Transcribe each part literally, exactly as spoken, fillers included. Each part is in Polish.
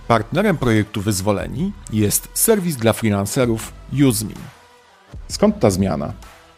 Partnerem projektu Wyzwoleni jest serwis dla freelancerów UseMe. Skąd ta zmiana?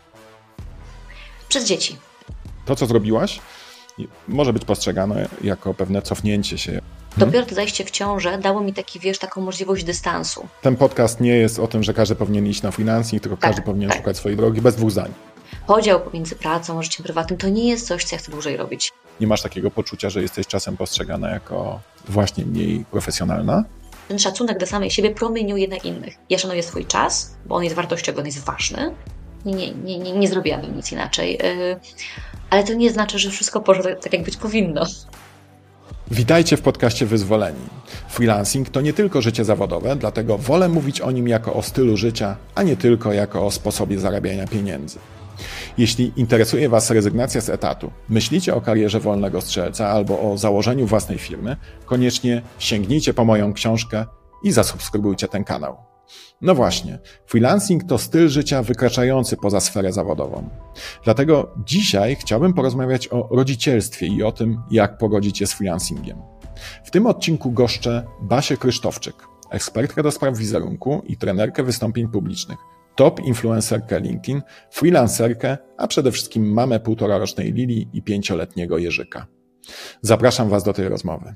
Przez dzieci. To, co zrobiłaś, może być postrzegane jako pewne cofnięcie się. Dopiero to zajście w ciążę dało mi taki, wiesz, taką możliwość dystansu. Ten podcast nie jest o tym, że każdy powinien iść na freelancing, tylko tak, każdy powinien tak. szukać swojej drogi, bez dwóch zdań. Podział pomiędzy pracą a życiem prywatnym to nie jest coś, co ja chcę dłużej robić. Nie masz takiego poczucia, że jesteś czasem postrzegana jako właśnie mniej profesjonalna? Ten szacunek do samej siebie promieniuje na innych. Ja szanuję swój czas, bo on jest wartościowy, on jest ważny. Nie, nie, nie, nie, nie zrobiłabym nic inaczej. Yy, ale to nie znaczy, że wszystko poszło tak, tak, jak być powinno. Witajcie w podcaście Wyzwoleni. Freelancing to nie tylko życie zawodowe, dlatego wolę mówić o nim jako o stylu życia, a nie tylko jako o sposobie zarabiania pieniędzy. Jeśli interesuje Was rezygnacja z etatu, myślicie o karierze wolnego strzelca albo o założeniu własnej firmy, koniecznie sięgnijcie po moją książkę i zasubskrybujcie ten kanał. No właśnie, freelancing to styl życia wykraczający poza sferę zawodową. Dlatego dzisiaj chciałbym porozmawiać o rodzicielstwie i o tym, jak pogodzić je z freelancingiem. W tym odcinku goszczę Basię Krysztowczyk, ekspertkę do spraw wizerunku i trenerkę wystąpień publicznych, top influencerkę LinkedIn, freelancerkę, a przede wszystkim mamę półtorarocznej Lili i pięcioletniego Jerzyka. Zapraszam Was do tej rozmowy.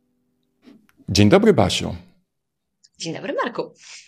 Dzień dobry, Basiu. Dzień dobry, Marku.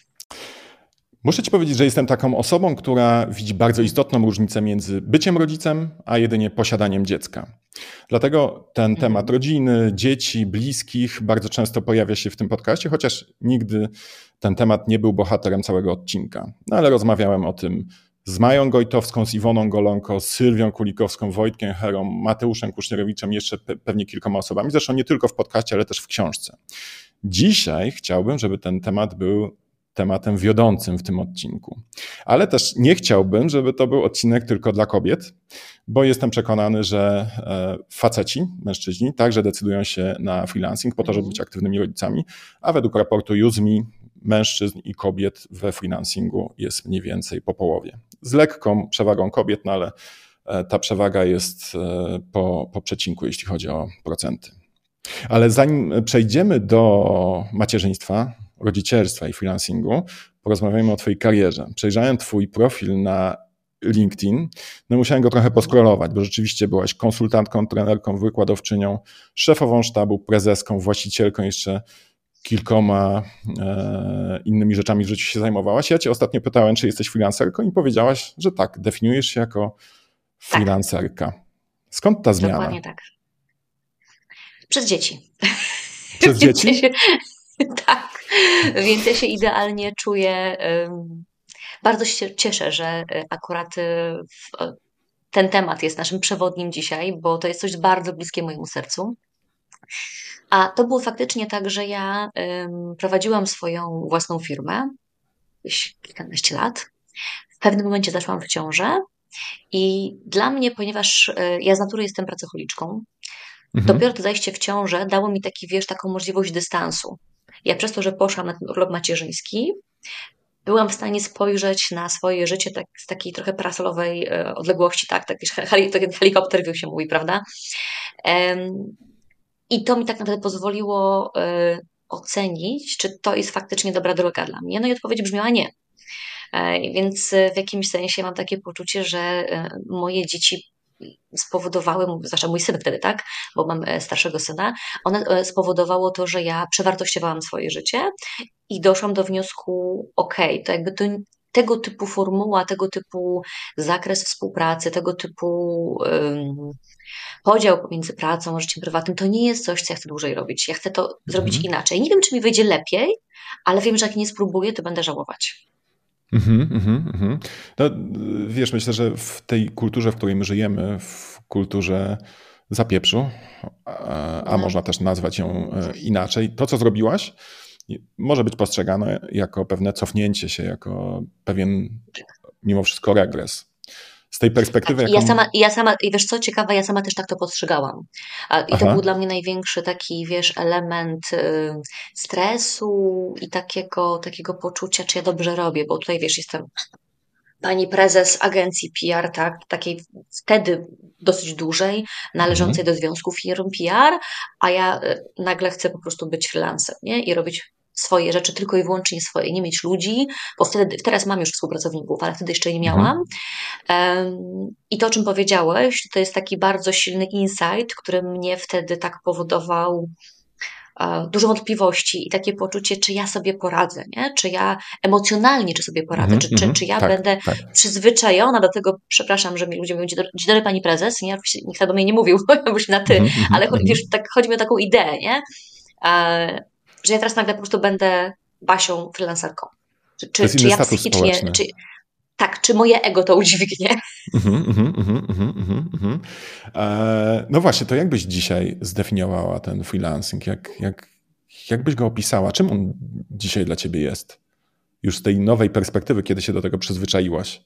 Muszę Ci powiedzieć, że jestem taką osobą, która widzi bardzo istotną różnicę między byciem rodzicem, a jedynie posiadaniem dziecka. Dlatego ten mhm. temat rodziny, dzieci, bliskich bardzo często pojawia się w tym podcaście, chociaż nigdy ten temat nie był bohaterem całego odcinka. No ale rozmawiałem o tym z Mają Gojtowską, z Iwoną Golonko, z Sylwią Kulikowską, Wojtkiem Herą, Mateuszem Kusznierowiciem, jeszcze pe- pewnie kilkoma osobami. Zresztą nie tylko w podcaście, ale też w książce. Dzisiaj chciałbym, żeby ten temat był tematem wiodącym w tym odcinku. Ale też nie chciałbym, żeby to był odcinek tylko dla kobiet, bo jestem przekonany, że faceci, mężczyźni także decydują się na freelancing po to, żeby być aktywnymi rodzicami, a według raportu UseMe mężczyzn i kobiet we freelancingu jest mniej więcej po połowie. Z lekką przewagą kobiet, no ale ta przewaga jest po, po przecinku, jeśli chodzi o procenty. Ale zanim przejdziemy do macierzyństwa, rodzicielstwa i freelancingu, porozmawiajmy o Twojej karierze. Przejrzałem Twój profil na LinkedIn, no musiałem go trochę poskrolować, bo rzeczywiście byłaś konsultantką, trenerką, wykładowczynią, szefową sztabu, prezeską, właścicielką, jeszcze kilkoma e, innymi rzeczami w życiu się zajmowałaś. Ja Cię ostatnio pytałem, czy jesteś freelancerką i powiedziałaś, że tak, definiujesz się jako freelancerka. Skąd ta zmiana? Dokładnie tak. Przez dzieci. Przez dzieci? Się, tak, więc ja się idealnie czuję. Bardzo się cieszę, że akurat ten temat jest naszym przewodnim dzisiaj, bo to jest coś bardzo bliskie mojemu sercu. A to było faktycznie tak, że ja prowadziłam swoją własną firmę już kilkanaście lat. W pewnym momencie zaszłam w ciążę i dla mnie, ponieważ ja z natury jestem pracocholiczką, Mhm. dopiero to zajście w ciążę dało mi taki, wiesz, taką możliwość dystansu. Ja przez to, że poszłam na ten urlop macierzyński, byłam w stanie spojrzeć na swoje życie tak, z takiej trochę parasolowej e, odległości, tak, taki heli, helikopter view się mówi, prawda? Um, I to mi tak naprawdę pozwoliło e, ocenić, czy to jest faktycznie dobra droga dla mnie. No i odpowiedź brzmiała nie. E, więc w jakimś sensie mam takie poczucie, że e, moje dzieci spowodowały, zwłaszcza mój syn wtedy, tak, bo mam starszego syna, one spowodowało to, że ja przewartościowałam swoje życie i doszłam do wniosku, okej, okay, to jakby to, tego typu formuła, tego typu zakres współpracy, tego typu um, podział pomiędzy pracą a życiem prywatnym, to nie jest coś, co ja chcę dłużej robić. Ja chcę to mhm. zrobić inaczej. Nie wiem, czy mi wyjdzie lepiej, ale wiem, że jak nie spróbuję, to będę żałować. Mhm, mhm, mhm. No, wiesz, myślę, że w tej kulturze, w której my żyjemy, w kulturze zapieprzu, a, a można też nazwać ją inaczej, to, co zrobiłaś, może być postrzegane jako pewne cofnięcie się, jako pewien mimo wszystko regres. Z tej perspektywy... Tak, jaką... ja, sama, ja sama, i wiesz co, ciekawe, ja sama też tak to postrzegałam. I Aha. to był dla mnie największy taki, wiesz, element y, stresu i takiego, takiego poczucia, czy ja dobrze robię, bo tutaj, wiesz, jestem pani prezes agencji P R, tak, takiej wtedy dosyć dużej, należącej do związku firm P R, a ja y, nagle chcę po prostu być freelancem, nie? I robić swoje rzeczy, tylko i wyłącznie swoje, nie mieć ludzi, bo wtedy, teraz mam już współpracowników, ale wtedy jeszcze nie miałam. Um, I to, o czym powiedziałeś, to jest taki bardzo silny insight, który mnie wtedy tak powodował dużo wątpliwości i takie poczucie, czy ja sobie poradzę, nie? Czy ja emocjonalnie, czy sobie poradzę, Mhm, czy, czy, mhm. czy ja Tak, będę tak. przyzwyczajona do tego, przepraszam, że mi ludzie mówią, dzień dobry pani prezes, nie? Nikt do mnie nie mówił, bo się na ty, Mhm, mhm, ale chodzi, mhm. wiesz, tak, chodzi mi o taką ideę, nie? E, że ja teraz nagle po prostu będę Basią freelancerką. Czy, To czy, jest czy inny ja status psychicznie, społeczny. czy, tak, czy moje ego to udźwignie? Mhm, mhm, mhm, mhm, mhm, mhm. E, no właśnie, to jak byś dzisiaj zdefiniowała ten freelancing? Jak, jak, jak byś go opisała? Czym on dzisiaj dla ciebie jest? Już z tej nowej perspektywy, kiedy się do tego przyzwyczaiłaś.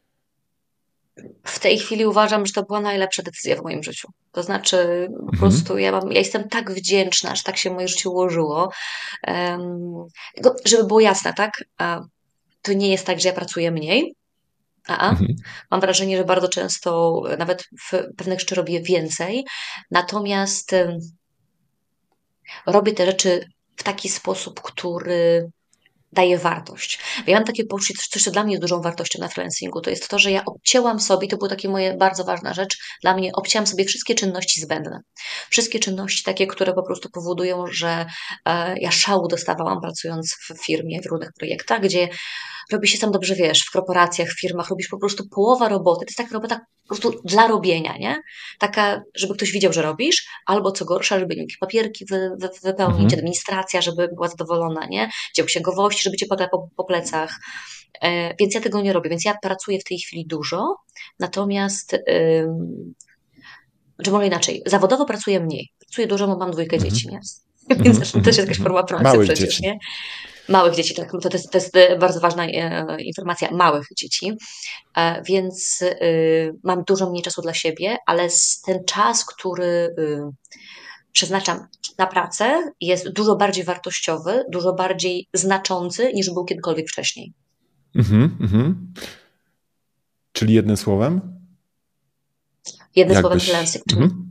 W tej chwili uważam, że to była najlepsza decyzja w moim życiu. To znaczy, po Mhm. prostu ja, mam, ja jestem tak wdzięczna, że tak się moje życie ułożyło. Um, żeby było jasne, tak? To nie jest tak, że ja pracuję mniej. A, Mhm. mam wrażenie, że bardzo często nawet w pewnych rzeczy robię więcej. Natomiast um, robię te rzeczy w taki sposób, który daje wartość. Ja mam takie poczucie, coś, co dla mnie jest dużą wartością na freelancingu, to jest to, że ja obcięłam sobie, to była taka moja bardzo ważna rzecz, dla mnie obcięłam sobie wszystkie czynności zbędne. Wszystkie czynności takie, które po prostu powodują, że e, ja szału dostawałam pracując w firmie, w różnych projektach, gdzie robi się tam dobrze, wiesz, w korporacjach, w firmach, robisz po prostu połowa roboty, to jest taka robota po prostu dla robienia, nie? Taka, żeby ktoś widział, że robisz, albo co gorsza, żeby jakieś papierki wy, wy, wypełnić, Mhm. administracja, żeby była zadowolona, nie? Dział księgowości, żeby cię pogla po, po plecach. E, więc ja tego nie robię, więc ja pracuję w tej chwili dużo, natomiast ym, czy może inaczej, zawodowo pracuję mniej. Pracuję dużo, bo mam dwójkę Mhm. dzieci, nie? Mhm. Więc też, Mhm. też jest jakaś Mhm. forma pracy Małych przecież, dzieci. nie? Małych dzieci, tak, to, to, jest, to jest e, bardzo ważna e, informacja, małych dzieci, e, więc e, mam dużo mniej czasu dla siebie, ale z, ten czas, który e, przeznaczam na pracę, jest dużo bardziej wartościowy, dużo bardziej znaczący, niż był kiedykolwiek wcześniej. Mhm. Mhm. Czyli jednym słowem? Jednym słowem Jakbyś... freelancing, czyli Mhm.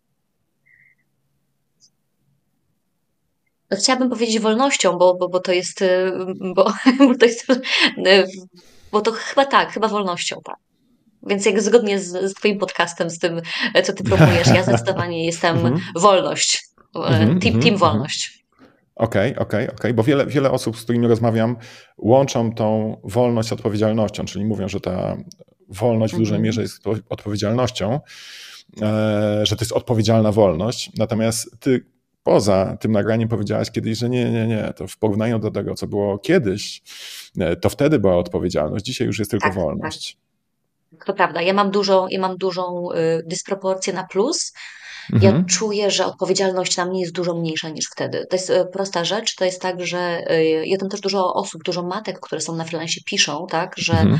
no, chciałabym powiedzieć wolnością, bo, bo, bo to jest, e, bo, bo to jest, e, bo to chyba tak, chyba wolnością, tak. Więc jak zgodnie z, z Twoim podcastem, z tym, co Ty promujesz, ja zdecydowanie jestem Mhm. wolność. Mhm. Team, Mhm. team Mhm. wolność. Okej, okay, okej, okay, okej, okay. Bo wiele, wiele osób, z którymi rozmawiam, łączą tą wolność z odpowiedzialnością, czyli mówią, że ta wolność w dużej Mhm. mierze jest odpowiedzialnością, e, że to jest odpowiedzialna wolność. Natomiast ty poza tym nagraniem powiedziałaś kiedyś, że nie, nie, nie, to w porównaniu do tego, co było kiedyś, to wtedy była odpowiedzialność, dzisiaj już jest tylko Tak, wolność. tak. To prawda. Ja mam dużą, ja mam dużą y, dysproporcję na plus. Ja Mhm. czuję, że odpowiedzialność na mnie jest dużo mniejsza niż wtedy. To jest y, prosta rzecz. To jest tak, że y, ja tam też dużo osób, dużo matek, które są na freelancie, piszą, tak, że Mhm.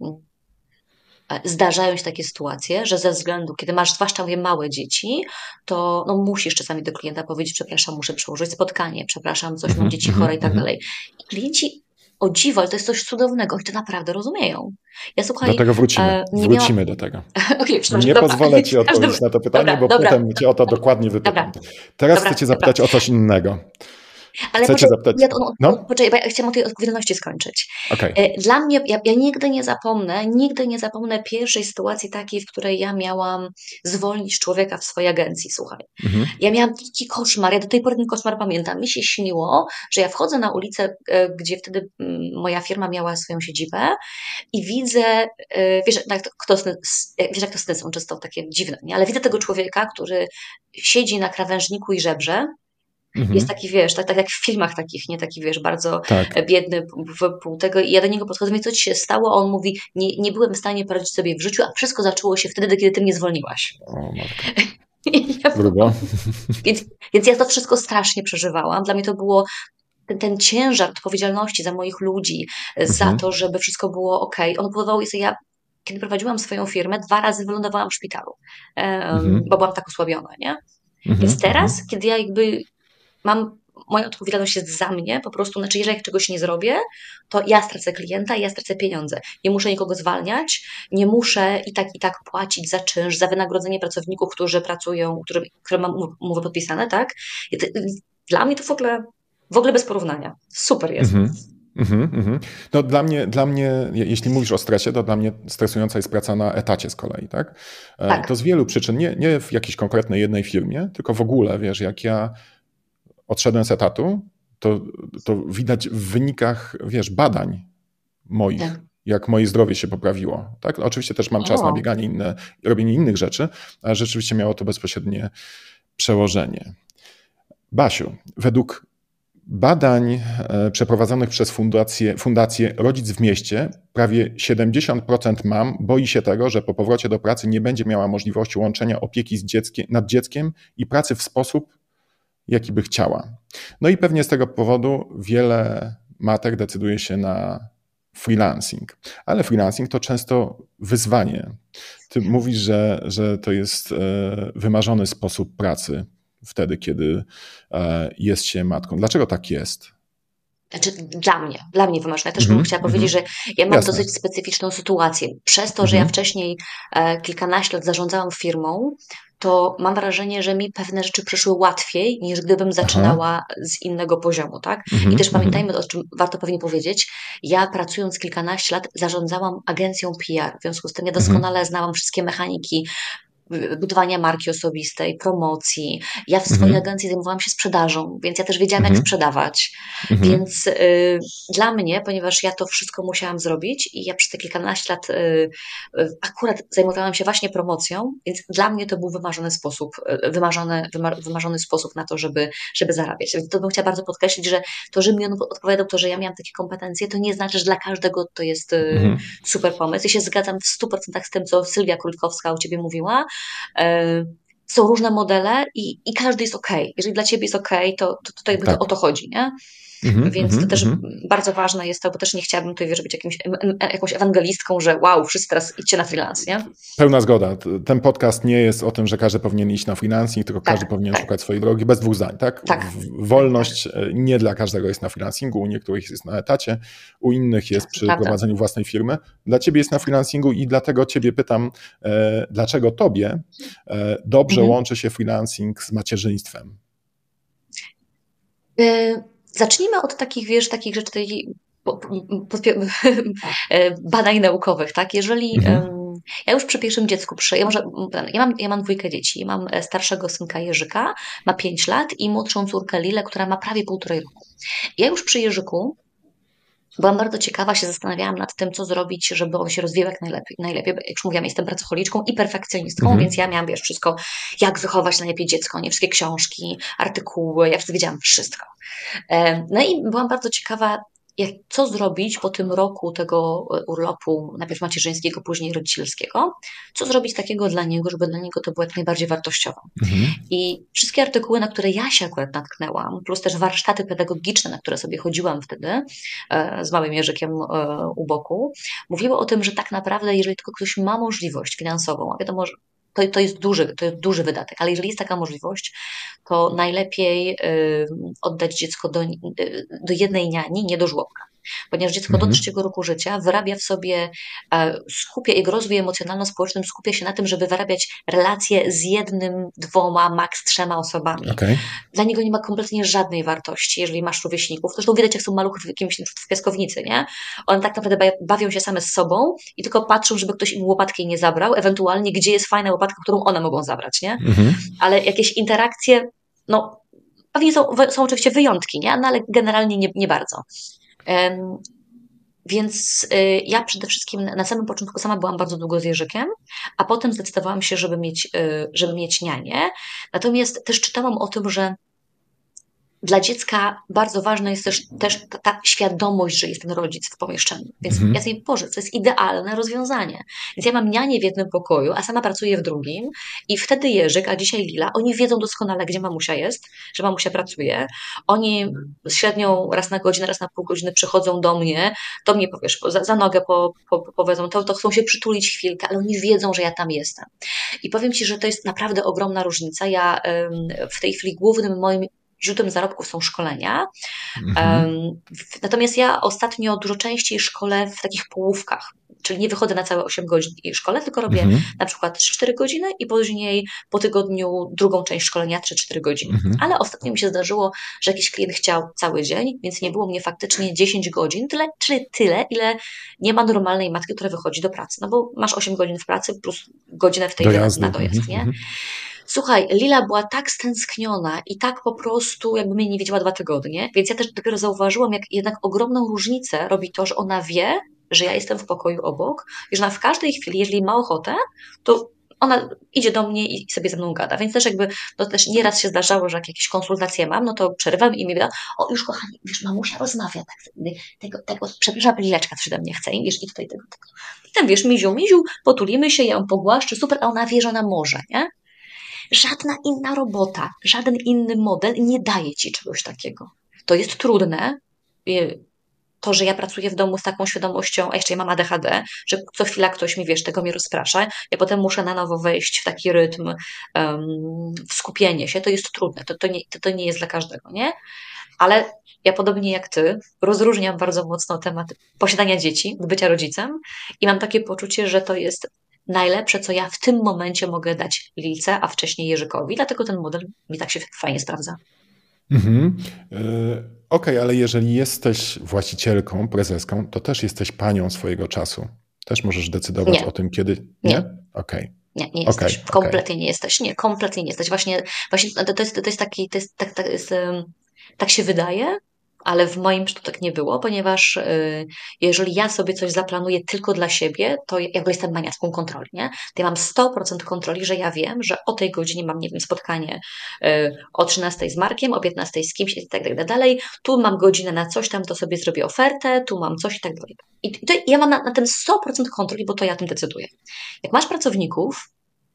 zdarzają się takie sytuacje, że ze względu, kiedy masz zwłaszcza mówię, małe dzieci, to no, musisz czasami do klienta powiedzieć, przepraszam, muszę przełożyć spotkanie, przepraszam, coś mam dzieci chore i tak dalej. I klienci, o dziwo, ale to jest coś cudownego, oni to naprawdę rozumieją. Ja Do słuchaj, tego wrócimy. e, nie Wrócimy miałam... do tego. okay, Nie dobra. pozwolę ci Każdy... odpowiedzieć na to pytanie, Dobra, bo dobra, potem cię o to dokładnie wypytam. dobra, Teraz dobra, chcę cię dobra. zapytać o coś innego. Ale Chcę cię poczekaj, zapytać... ja, on, No? poczekaj, bo ja chciałam o tej odpowiedzialności skończyć. Okej. E, Dla mnie, ja, ja nigdy nie zapomnę, nigdy nie zapomnę pierwszej sytuacji takiej, w której ja miałam zwolnić człowieka w swojej agencji, słuchaj. Mhm. Ja miałam taki koszmar, ja do tej pory ten koszmar pamiętam. Mi się śniło, że ja wchodzę na ulicę, e, gdzie wtedy mm, moja firma miała swoją siedzibę i widzę, e, wiesz, jak to, sny- s- wiesz, jak to sny są często takie dziwne, nie? Ale widzę tego człowieka, który siedzi na krawężniku i żebrze. Jest Mhm. taki, wiesz, tak, tak jak w filmach takich, nie? Taki, wiesz, bardzo Tak. biedny w pół tego i ja do niego podchodzę, mówię, co ci się stało? A on mówi, nie, nie byłem w stanie poradzić sobie w życiu, a wszystko zaczęło się wtedy, kiedy ty mnie zwolniłaś. O matko. I ja Grubo. Więc, więc ja to wszystko strasznie przeżywałam. Dla mnie to było ten, ten ciężar odpowiedzialności za moich ludzi, za Mhm. to, żeby wszystko było ok. On powodował, jest ja, kiedy prowadziłam swoją firmę, dwa razy wylądowałam w szpitalu, um, Mhm. bo byłam tak osłabiona, nie? Mhm. Więc teraz, Mhm. kiedy ja jakby mam moja odpowiedzialność jest za mnie, po prostu, znaczy jeżeli czegoś nie zrobię, to ja stracę klienta i ja stracę pieniądze. Nie muszę nikogo zwalniać, nie muszę i tak i tak płacić za czynsz, za wynagrodzenie pracowników, którzy pracują, którzy, które mam umowy podpisane, tak? I to, dla mnie to w ogóle, w ogóle bez porównania. Super jest. Mhm. Mhm, mhm. No dla mnie, dla mnie, jeśli mówisz o stresie, to dla mnie stresująca jest praca na etacie z kolei, tak? Tak. To z wielu przyczyn, nie, nie w jakiejś konkretnej jednej firmie, tylko w ogóle, wiesz, jak ja odszedłem z etatu, to, to widać w wynikach, wiesz, badań moich, tak, jak moje zdrowie się poprawiło. Tak? Oczywiście też mam czas o. na bieganie, inne, robienie innych rzeczy, ale rzeczywiście miało to bezpośrednie przełożenie. Basiu, według badań przeprowadzonych przez fundację, fundację Rodzic w mieście, prawie siedemdziesiąt procent mam boi się tego, że po powrocie do pracy nie będzie miała możliwości łączenia opieki z dzieckiem, nad dzieckiem i pracy w sposób, jaki by chciała. No i pewnie z tego powodu wiele matek decyduje się na freelancing. Ale freelancing to często wyzwanie. Ty mówisz, że, że to jest wymarzony sposób pracy wtedy, kiedy jest się matką. Dlaczego tak jest? Znaczy dla mnie, dla mnie wymarzone. Ja też bym mm-hmm, chciała powiedzieć, mm-hmm. że ja mam Jasne. dosyć specyficzną sytuację. Przez to, mm-hmm. że ja wcześniej e, kilkanaście lat zarządzałam firmą, to mam wrażenie, że mi pewne rzeczy przyszły łatwiej, niż gdybym zaczynała Aha. z innego poziomu, tak? Mm-hmm, I też pamiętajmy, o czym warto pewnie powiedzieć, ja pracując kilkanaście lat zarządzałam agencją P R, w związku z tym ja doskonale mm-hmm. znałam wszystkie mechaniki budowania marki osobistej, promocji. Ja w swojej mhm. agencji zajmowałam się sprzedażą, więc ja też wiedziałam, mhm. jak sprzedawać. Mhm. Więc y, dla mnie, ponieważ ja to wszystko musiałam zrobić i ja przez te kilkanaście lat y, y, akurat zajmowałam się właśnie promocją, więc dla mnie to był wymarzony sposób, y, wymarzony, wymar, wymarzony sposób na to, żeby, żeby zarabiać. Więc to bym chciała bardzo podkreślić, że to, że mi on odpowiadał to, że ja miałam takie kompetencje, to nie znaczy, że dla każdego to jest y, mhm. super pomysł. Ja się zgadzam w stu procentach z tym, co Sylwia Królikowska u Ciebie mówiła. Są różne modele i, i każdy jest okej. Okay. Jeżeli dla Ciebie jest okej, okay, to, to, to jakby tak. to o to chodzi, nie? Mm-hmm, Więc to mm-hmm, też mm-hmm. bardzo ważne jest to, bo też nie chciałabym tutaj, wiesz, być jakimś, jakąś ewangelistką, że wow, wszyscy teraz idźcie na freelance, nie? Pełna zgoda. Ten podcast nie jest o tym, że każdy powinien iść na freelancing, tylko tak, każdy powinien tak. szukać swojej drogi, bez dwóch zdań, tak? tak. Wolność tak. nie dla każdego jest na freelancingu, u niektórych jest na etacie, u innych jest przy Prawda. prowadzeniu własnej firmy. Dla Ciebie jest na freelancingu i dlatego Ciebie pytam, e, dlaczego Tobie e, dobrze mm-hmm. łączy się freelancing z macierzyństwem? Y- Zacznijmy od takich, wiesz, takich rzeczy, tej badań naukowych, tak? Jeżeli mhm. um, ja już przy pierwszym dziecku, przy, ja, może, ja, mam, ja mam dwójkę dzieci, mam starszego synka Jerzyka, ma pięć lat i młodszą córkę Lilę, która ma prawie półtorej roku. Ja już przy Jerzyku byłam bardzo ciekawa, się zastanawiałam nad tym, co zrobić, żeby on się rozwijał jak najlepiej. najlepiej. Jak już mówiłam, jestem pracocholiczką i perfekcjonistką, mhm. więc ja miałam, wiesz, wszystko, jak wychować najlepiej dziecko, nie wszystkie książki, artykuły, ja wiedziałam wszystko. No i byłam bardzo ciekawa, jak, co zrobić po tym roku tego urlopu, najpierw macierzyńskiego, później rodzicielskiego, co zrobić takiego dla niego, żeby dla niego to było jak najbardziej wartościowe. Mhm. I wszystkie artykuły, na które ja się akurat natknęłam, plus też warsztaty pedagogiczne, na które sobie chodziłam wtedy e, z małym Jerzykiem e, u boku, mówiły o tym, że tak naprawdę, jeżeli tylko ktoś ma możliwość finansową, a wiadomo, że To, to, jest duży, to jest duży wydatek, ale jeżeli jest taka możliwość, to najlepiej y, oddać dziecko do, y, do jednej niani, nie do żłobka. Ponieważ dziecko mhm. do trzeciego roku życia wyrabia w sobie, e, skupia, jego rozwój emocjonalno-społeczny skupia się na tym, żeby wyrabiać relacje z jednym, dwoma, maks trzema osobami. Okay. Dla niego nie ma kompletnie żadnej wartości, jeżeli masz rówieśników. Zresztą widać, jak są maluchy w jakimś w piaskownicy, nie? One tak naprawdę bawią się same z sobą i tylko patrzą, żeby ktoś im łopatki nie zabrał, ewentualnie gdzie jest fajna łopatka, którą one mogą zabrać, nie? Mhm. Ale jakieś interakcje, no pewnie są, są oczywiście wyjątki, nie? No ale generalnie nie, nie bardzo. Um, więc y, ja przede wszystkim na samym początku sama byłam bardzo długo z Jerzykiem, a potem zdecydowałam się, żeby mieć, y, żeby mieć nianię. Natomiast też czytałam o tym, że dla dziecka bardzo ważna jest też, też ta, ta świadomość, że jest ten rodzic w pomieszczeniu. Więc mhm. ja sobie, Boże, to jest idealne rozwiązanie. Więc ja mam nianię w jednym pokoju, a sama pracuję w drugim i wtedy Jerzyk, a dzisiaj Lila, oni wiedzą doskonale, gdzie mamusia jest, że mamusia pracuje. Oni średnią raz na godzinę, raz na pół godziny przychodzą do mnie, do mnie, powiesz, za, za nogę po, po, powiedzą, to, to chcą się przytulić chwilkę, ale oni wiedzą, że ja tam jestem. I powiem Ci, że to jest naprawdę ogromna różnica. Ja ym, w tej chwili głównym moim źródłem zarobków są szkolenia. Mhm. Um, natomiast ja ostatnio dużo częściej szkolę w takich połówkach, czyli nie wychodzę na całe osiem godzin i szkolę, tylko robię Mhm. na przykład trzy cztery godziny i później po tygodniu drugą część szkolenia trzy cztery godziny. Mhm. Ale ostatnio mi się zdarzyło, że jakiś klient chciał cały dzień, więc nie było mnie faktycznie dziesięć godzin, tyle, czyli tyle, ile nie ma normalnej matki, która wychodzi do pracy. No bo masz osiem godzin w pracy plus godzinę w tej na, Dojazdy. na dojazd, Mhm. nie? Mhm. Słuchaj, Lila była tak stęskniona i tak po prostu jakby mnie nie widziała dwa tygodnie, więc ja też dopiero zauważyłam, jak jednak ogromną różnicę robi to, że ona wie, że ja jestem w pokoju obok i że ona w każdej chwili, jeżeli ma ochotę, to ona idzie do mnie i sobie ze mną gada. Więc też jakby, no też nieraz się zdarzało, że jak jakieś konsultacje mam, no to przerywam i mi da, o już kochani, wiesz, mamusia rozmawia, tak, tego, tego, przepraszam, Lileczka coś ode mnie chce, i wiesz, i tutaj tego, tego. I tam wiesz, miziu, miziu, potulimy się, ja ją pogłaszczę, super, a ona wie, że ona może, nie? Żadna inna robota, żaden inny model nie daje ci czegoś takiego. To jest trudne. To, że ja pracuję w domu z taką świadomością, a jeszcze ja mam A D H D, że co chwila ktoś mi, wiesz, tego mnie rozprasza, ja potem muszę na nowo wejść w taki rytm, um, w skupienie się, to jest trudne, to, to, nie, to, to nie jest dla każdego, nie? Ale ja podobnie jak ty rozróżniam bardzo mocno temat posiadania dzieci, bycia rodzicem i mam takie poczucie, że to jest najlepsze, co ja w tym momencie mogę dać Lilce, a wcześniej Jerzykowi, dlatego ten model mi tak się fajnie sprawdza. Mhm. Yy, Okej, okay, ale jeżeli jesteś właścicielką, prezeską, to też jesteś panią swojego czasu. Też możesz decydować Nie. o tym, kiedy... Nie? Nie. Okej. Okay. Nie, nie Okay, jesteś. okay. Kompletnie nie jesteś. Nie, kompletnie nie jesteś. Właśnie, właśnie to, to, jest, to jest taki, to jest, tak, tak, jest, tak się wydaje, ale w moim przypadku tak nie było, ponieważ y, jeżeli ja sobie coś zaplanuję tylko dla siebie, to jakby jestem maniacką kontroli, nie? To ja mam sto procent kontroli, że ja wiem, że o tej godzinie mam, nie wiem, spotkanie y, o trzynastej z Markiem, o piętnastej z kimś i tak, tak dalej. Tu mam godzinę na coś tam, to sobie zrobię ofertę, tu mam coś i tak dalej. I to ja mam na, na tym sto procent kontroli, bo to ja o tym decyduję. Jak masz pracowników,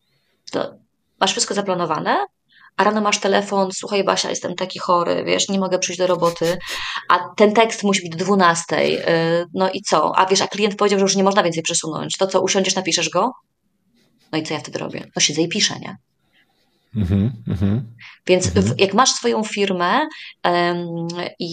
to masz wszystko zaplanowane, a rano masz telefon, słuchaj Basia, jestem taki chory, wiesz, nie mogę przyjść do roboty, a ten tekst musi być do dwunastej, no i co? A wiesz, a klient powiedział, że już nie można więcej przesunąć, to co, usiądziesz, napiszesz go? No i co ja wtedy robię? No siedzę i piszę, nie? Mhm, mhm, Więc mhm. jak masz swoją firmę um,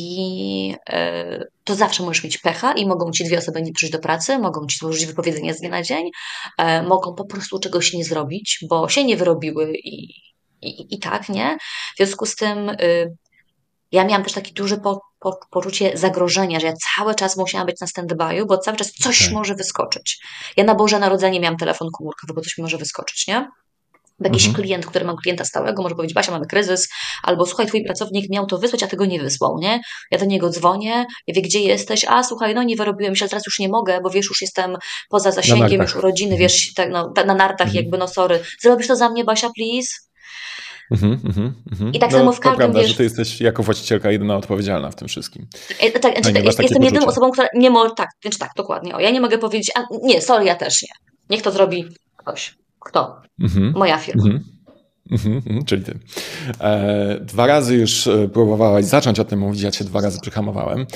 i um, to zawsze możesz mieć pecha i mogą ci dwie osoby nie przyjść do pracy, mogą ci złożyć wypowiedzenie z dnia na dzień, um, mogą po prostu czegoś nie zrobić, bo się nie wyrobiły i, i, i tak, nie? W związku z tym y, ja miałam też takie duże po, po, poczucie zagrożenia, że ja cały czas musiałam być na stand-by'u, bo cały czas coś Okay. może wyskoczyć. Ja na Boże Narodzenie miałam telefon komórkowy, bo coś mi może wyskoczyć, nie? Jakiś Mhm. klient, który ma klienta stałego, może powiedzieć, Basia, mamy kryzys, albo słuchaj, twój pracownik miał to wysłać, a tego nie wysłał, nie? Ja do niego dzwonię, ja wie, gdzie jesteś, a słuchaj, no nie wyrobiłem się, ale teraz już nie mogę, bo wiesz, już jestem poza zasięgiem, już urodziny, wiesz, tak, no, na nartach mhm. jakby, no sorry, zrobisz to za mnie, Basia, please? Mhm, mhm, mhm. I tak no, samo w to każdym, prawda, wiesz... że ty jesteś jako właścicielka jedyna odpowiedzialna w tym wszystkim. Tak, tak, A nie masz jestem jedyną poczucie. osobą, która nie może, tak, więc tak, dokładnie, o, ja nie mogę powiedzieć, a nie, sorry, ja też nie. Niech to zrobi ktoś. Kto? Mhm, Moja firma. mhm. Mhm, czyli ty. E, dwa razy już próbowałaś zacząć o tym mówić, ja cię dwa razy przyhamowałem.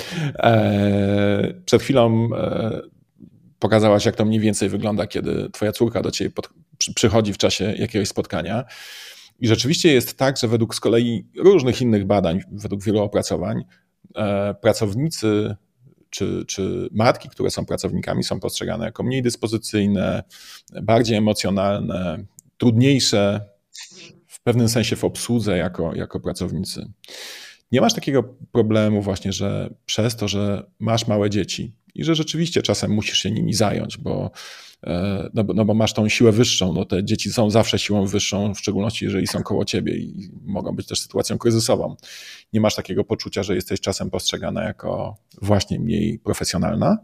E, przed chwilą e, pokazałaś, jak to mniej więcej wygląda, kiedy twoja córka do ciebie pod, przy, przychodzi w czasie jakiegoś spotkania. I rzeczywiście jest tak, że według z kolei różnych innych badań, według wielu opracowań, e, pracownicy czy, czy matki, które są pracownikami, są postrzegane jako mniej dyspozycyjne, bardziej emocjonalne, trudniejsze w pewnym sensie w obsłudze jako, jako pracownicy. Nie masz takiego problemu właśnie, że przez to, że masz małe dzieci i że rzeczywiście czasem musisz się nimi zająć, bo, no bo, no bo masz tą siłę wyższą, no te dzieci są zawsze siłą wyższą, w szczególności jeżeli są koło ciebie i mogą być też sytuacją kryzysową. Nie masz takiego poczucia, że jesteś czasem postrzegana jako właśnie mniej profesjonalna?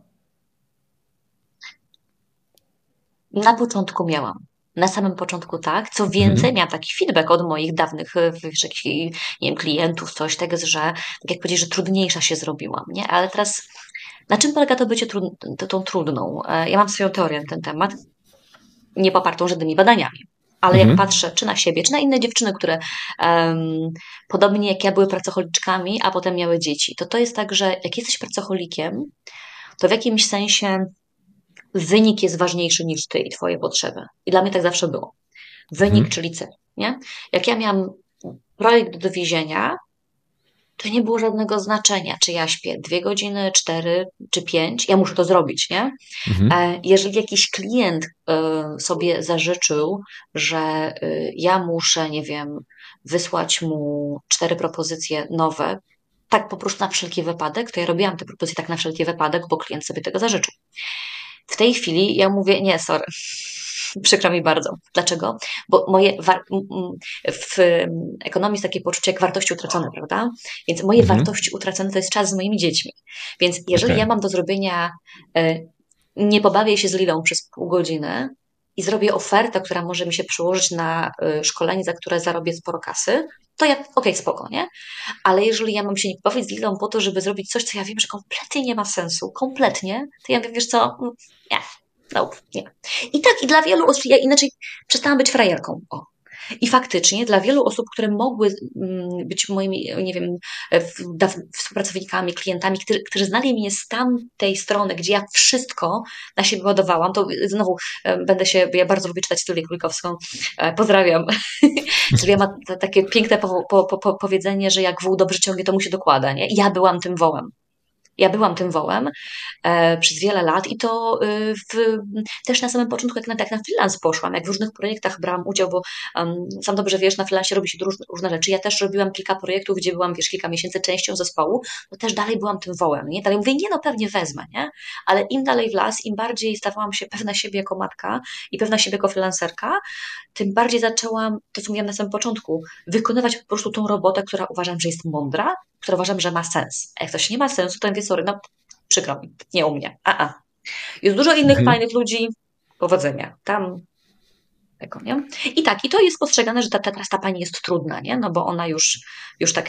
Na początku miałam. Na samym początku tak. Co więcej, Mhm. miałam taki feedback od moich dawnych wiesz, jakichś, nie wiem, klientów, coś tego, że tak jak powiedzieć, że trudniejsza się zrobiłam, nie? Ale teraz na czym polega to bycie trud, to, tą trudną? Ja mam swoją teorię na ten temat, nie popartą żadnymi badaniami. Ale Mhm. jak patrzę czy na siebie, czy na inne dziewczyny, które um, podobnie jak ja były pracocholiczkami, a potem miały dzieci, to to jest tak, że jak jesteś pracocholikiem, to w jakimś sensie wynik jest ważniejszy niż ty i twoje potrzeby. I dla mnie tak zawsze było. Wynik, Mhm. czyli cel, nie? Jak ja miałam projekt do dowiezienia, to nie było żadnego znaczenia, czy ja śpię dwie godziny, cztery czy pięć. Ja muszę to zrobić, nie? Mhm. Jeżeli jakiś klient sobie zażyczył, że ja muszę, nie wiem, wysłać mu cztery propozycje nowe, tak po prostu na wszelki wypadek, to ja robiłam te propozycje tak na wszelki wypadek, bo klient sobie tego zażyczył. W tej chwili ja mówię, nie, sorry, przykro mi bardzo. Dlaczego? Bo moje w ekonomii jest takie poczucie jak wartości utracone, prawda? Więc moje Mhm. wartości utracone to jest czas z moimi dziećmi. Więc jeżeli Okay. ja mam do zrobienia, nie pobawię się z Lilą przez pół godziny i zrobię ofertę, która może mi się przełożyć na szkolenie, za które zarobię sporo kasy, to ja, okej, okay, spoko, nie? Ale jeżeli ja mam się nie pobawić z Lilą po to, żeby zrobić coś, co ja wiem, że kompletnie nie ma sensu, kompletnie, to ja wiem, wiesz co, nie, no, nie. I tak, i dla wielu osób, ja inaczej przestałam być frajerką, o. I faktycznie dla wielu osób, które mogły być moimi, nie wiem, współpracownikami, klientami, którzy, którzy znali mnie z tamtej strony, gdzie ja wszystko na siebie ładowałam, to znowu będę się, ja bardzo lubię czytać Sylwię Królikowską, pozdrawiam. Sylwia ma takie piękne po, po, po, powiedzenie, że jak wół dobrze ciągnie, to mu się dokłada, nie? I ja byłam tym wołem. Ja byłam tym wołem e, przez wiele lat i to e, w, też na samym początku, jak na, jak na freelance poszłam, jak w różnych projektach brałam udział, bo um, sam dobrze wiesz, na freelance robi się różne, różne rzeczy. Ja też robiłam kilka projektów, gdzie byłam, wiesz, kilka miesięcy częścią zespołu, to też dalej byłam tym wołem, nie? Dalej mówię, nie no, pewnie wezmę, nie? Ale im dalej w las, im bardziej stawałam się pewna siebie jako matka i pewna siebie jako freelancerka, tym bardziej zaczęłam, to co mówiłam na samym początku, wykonywać po prostu tą robotę, która uważam, że jest mądra, która uważam, że ma sens. A jak coś nie ma sensu, to mówię, sorry, no przykro mi, nie u mnie. A, a. Jest dużo innych Mhm. fajnych ludzi, powodzenia. Tam, tego, nie? I tak, i to jest postrzegane, że ta, ta, ta pani jest trudna, nie? No bo ona już, już tak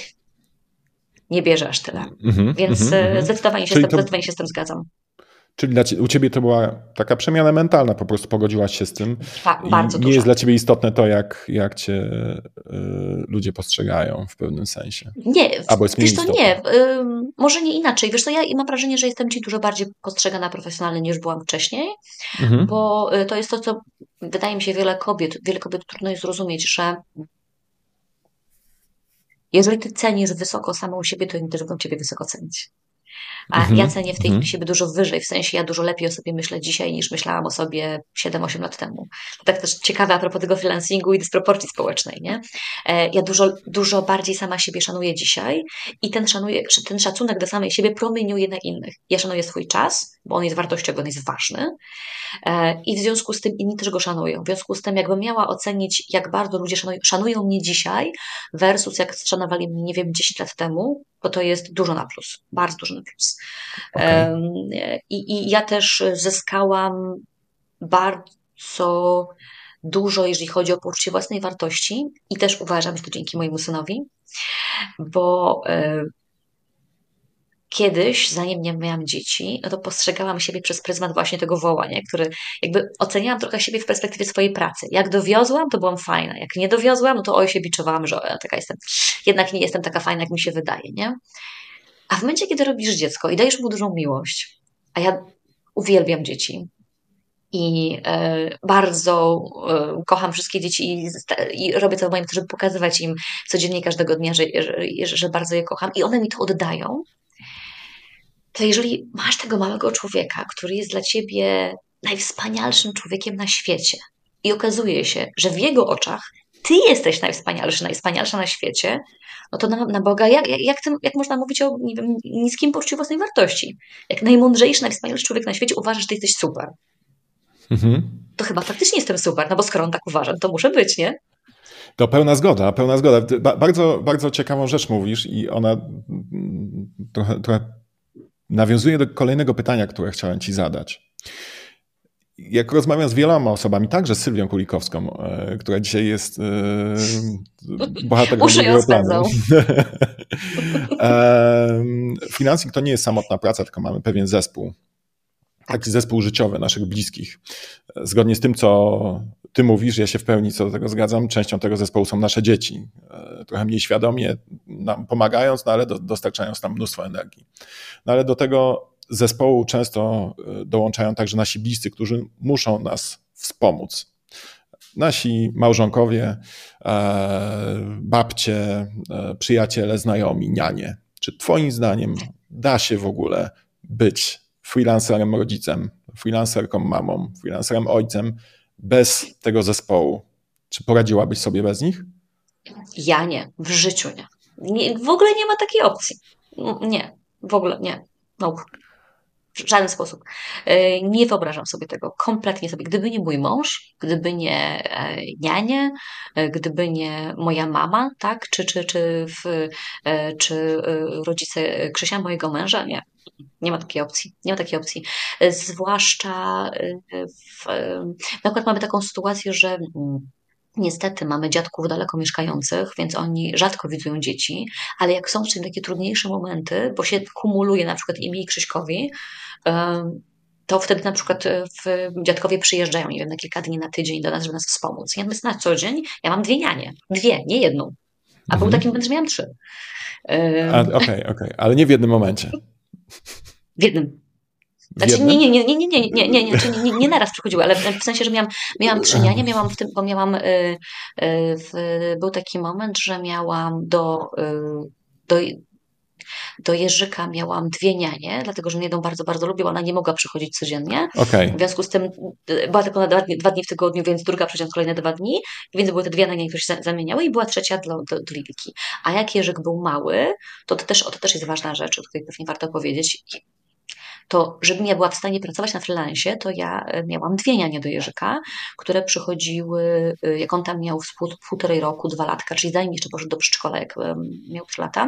nie bierze aż tyle. Mhm. Więc Mhm. zdecydowanie, się Czyli z tym, to... zdecydowanie się z tym zgadzam. Czyli dla cie, u ciebie to była taka przemiana mentalna, po prostu pogodziłaś się z tym. Ba- I bardzo nie dużo. jest dla ciebie istotne to, jak, jak cię y, ludzie postrzegają w pewnym sensie. Nie, Albo jest mniej wiesz to istotne. nie, y, może nie inaczej. Wiesz to ja mam wrażenie, że jestem ci dużo bardziej postrzegana profesjonalnie niż byłam wcześniej, Mhm. bo to jest to, co wydaje mi się wiele kobiet, wiele kobiet trudno jest zrozumieć, że jeżeli ty cenisz wysoko samą siebie, to inni też będą ciebie wysoko cenić. A Mhm. ja cenię w tej chwili Mhm. siebie dużo wyżej, w sensie ja dużo lepiej o sobie myślę dzisiaj niż myślałam o sobie siedem osiem lat temu. To tak też ciekawe a propos tego freelancingu i dysproporcji społecznej, nie? Ja dużo, dużo bardziej sama siebie szanuję dzisiaj i ten, szanuję, ten szacunek do samej siebie promieniuje na innych. Ja szanuję swój czas, bo on jest wartościowy, on jest ważny i w związku z tym inni też go szanują. W związku z tym jakbym miała ocenić, jak bardzo ludzie szanują, szanują mnie dzisiaj versus jak szanowali mnie, nie wiem, dziesięć lat temu, bo to jest dużo na plus, bardzo dużo na plus. Okay. I, I ja też zyskałam bardzo dużo, jeżeli chodzi o poczucie własnej wartości i też uważam, że to dzięki mojemu synowi, bo kiedyś, zanim nie miałam dzieci, no to postrzegałam siebie przez pryzmat właśnie tego woła, nie? Który jakby oceniałam trochę siebie w perspektywie swojej pracy. Jak dowiozłam, to byłam fajna. Jak nie dowiozłam, no to oj się biczowałam, że ja taka jestem, jednak nie jestem taka fajna, jak mi się wydaje, nie? A w momencie, kiedy robisz dziecko i dajesz mu dużą miłość, a ja uwielbiam dzieci i e, bardzo e, kocham wszystkie dzieci i, i robię co w moim, żeby pokazywać im codziennie, każdego dnia, że, że, że bardzo je kocham i one mi to oddają, to jeżeli masz tego małego człowieka, który jest dla ciebie najwspanialszym człowiekiem na świecie i okazuje się, że w jego oczach ty jesteś najwspanialszy, najwspanialsza na świecie, no to na, na Boga, jak, jak, jak, tym, jak można mówić o nie wiem, niskim poczuciu własnej wartości? Jak najmądrzejszy, najwspanialszy człowiek na świecie uważa, że ty jesteś super. Mhm. To chyba faktycznie jestem super, no bo skoro on tak uważa, to muszę być, nie? To pełna zgoda, pełna zgoda. Ba- bardzo, bardzo ciekawą rzecz mówisz i ona trochę, trochę nawiązuje do kolejnego pytania, które chciałem ci zadać. Jak rozmawiam z wieloma osobami, także z Sylwią Kulikowską, e, która dzisiaj jest e, bohaterką drugiego planu. e, freelancing to nie jest samotna praca, tylko mamy pewien zespół. Taki zespół życiowy naszych bliskich. Zgodnie z tym, co ty mówisz, ja się w pełni co do tego zgadzam, częścią tego zespołu są nasze dzieci. Trochę mniej świadomie nam pomagając, no ale do, dostarczając nam mnóstwo energii. No ale do tego zespołu często dołączają także nasi bliscy, którzy muszą nas wspomóc. nasi małżonkowie, babcie, przyjaciele, znajomi, nianie. Czy twoim zdaniem da się w ogóle być freelancerem rodzicem, freelancerką mamą, freelancerem ojcem bez tego zespołu? Czy poradziłabyś sobie bez nich? Ja nie, w życiu nie. nie w ogóle nie ma takiej opcji. Nie, w ogóle nie. No. W żaden sposób. Nie wyobrażam sobie tego, kompletnie sobie. Gdyby nie mój mąż, gdyby nie nianie, gdyby nie moja mama, tak, czy, czy, czy, w, czy rodzice Krzysia, mojego męża, nie. Nie ma takiej opcji. Nie ma takiej opcji. Zwłaszcza w, na przykład mamy taką sytuację, że niestety mamy dziadków daleko mieszkających, więc oni rzadko widują dzieci, ale jak są w tym takie trudniejsze momenty, bo się kumuluje na przykład i mi i Krzyśkowi, to wtedy na przykład w, dziadkowie przyjeżdżają, nie wiem, na kilka dni, na tydzień do nas, żeby nas wspomóc. Ja na co dzień, ja mam dwie nianie. Dwie, nie jedną. A mhm. był taki moment, że miałam trzy. Okej, okej, okay, ale nie w jednym momencie. W jednym. Znaczy, nie, nie, nie, nie, nie, nie, nie, nie, nie, nie, nie, nie naraz przychodziły, ale w sensie, że miałam, miałam trzy nianie, miałam w tym, bo miałam, y, y, w, był taki moment, że miałam do, y, do, do Jerzyka miałam dwie nianie, dlatego, że mnie jedną bardzo, bardzo lubiła, ona nie mogła przychodzić codziennie. Okay. W związku z tym była tylko na dwa dni, dwa dni w tygodniu, więc druga przychodziła kolejne dwa dni, więc były te dwie nianie, które się zamieniały i była trzecia dla, do, do Lilki. A jak Jerzyk był mały, to, to, też, to też jest ważna rzecz, o której pewnie warto powiedzieć, to żebym ja była w stanie pracować na freelancie, to ja miałam dwie nianie do Jerzyka, które przychodziły, jak on tam miał w półtorej roku, dwa latka, czyli zanim jeszcze poszedł do przedszkola, jak miał trzy lata.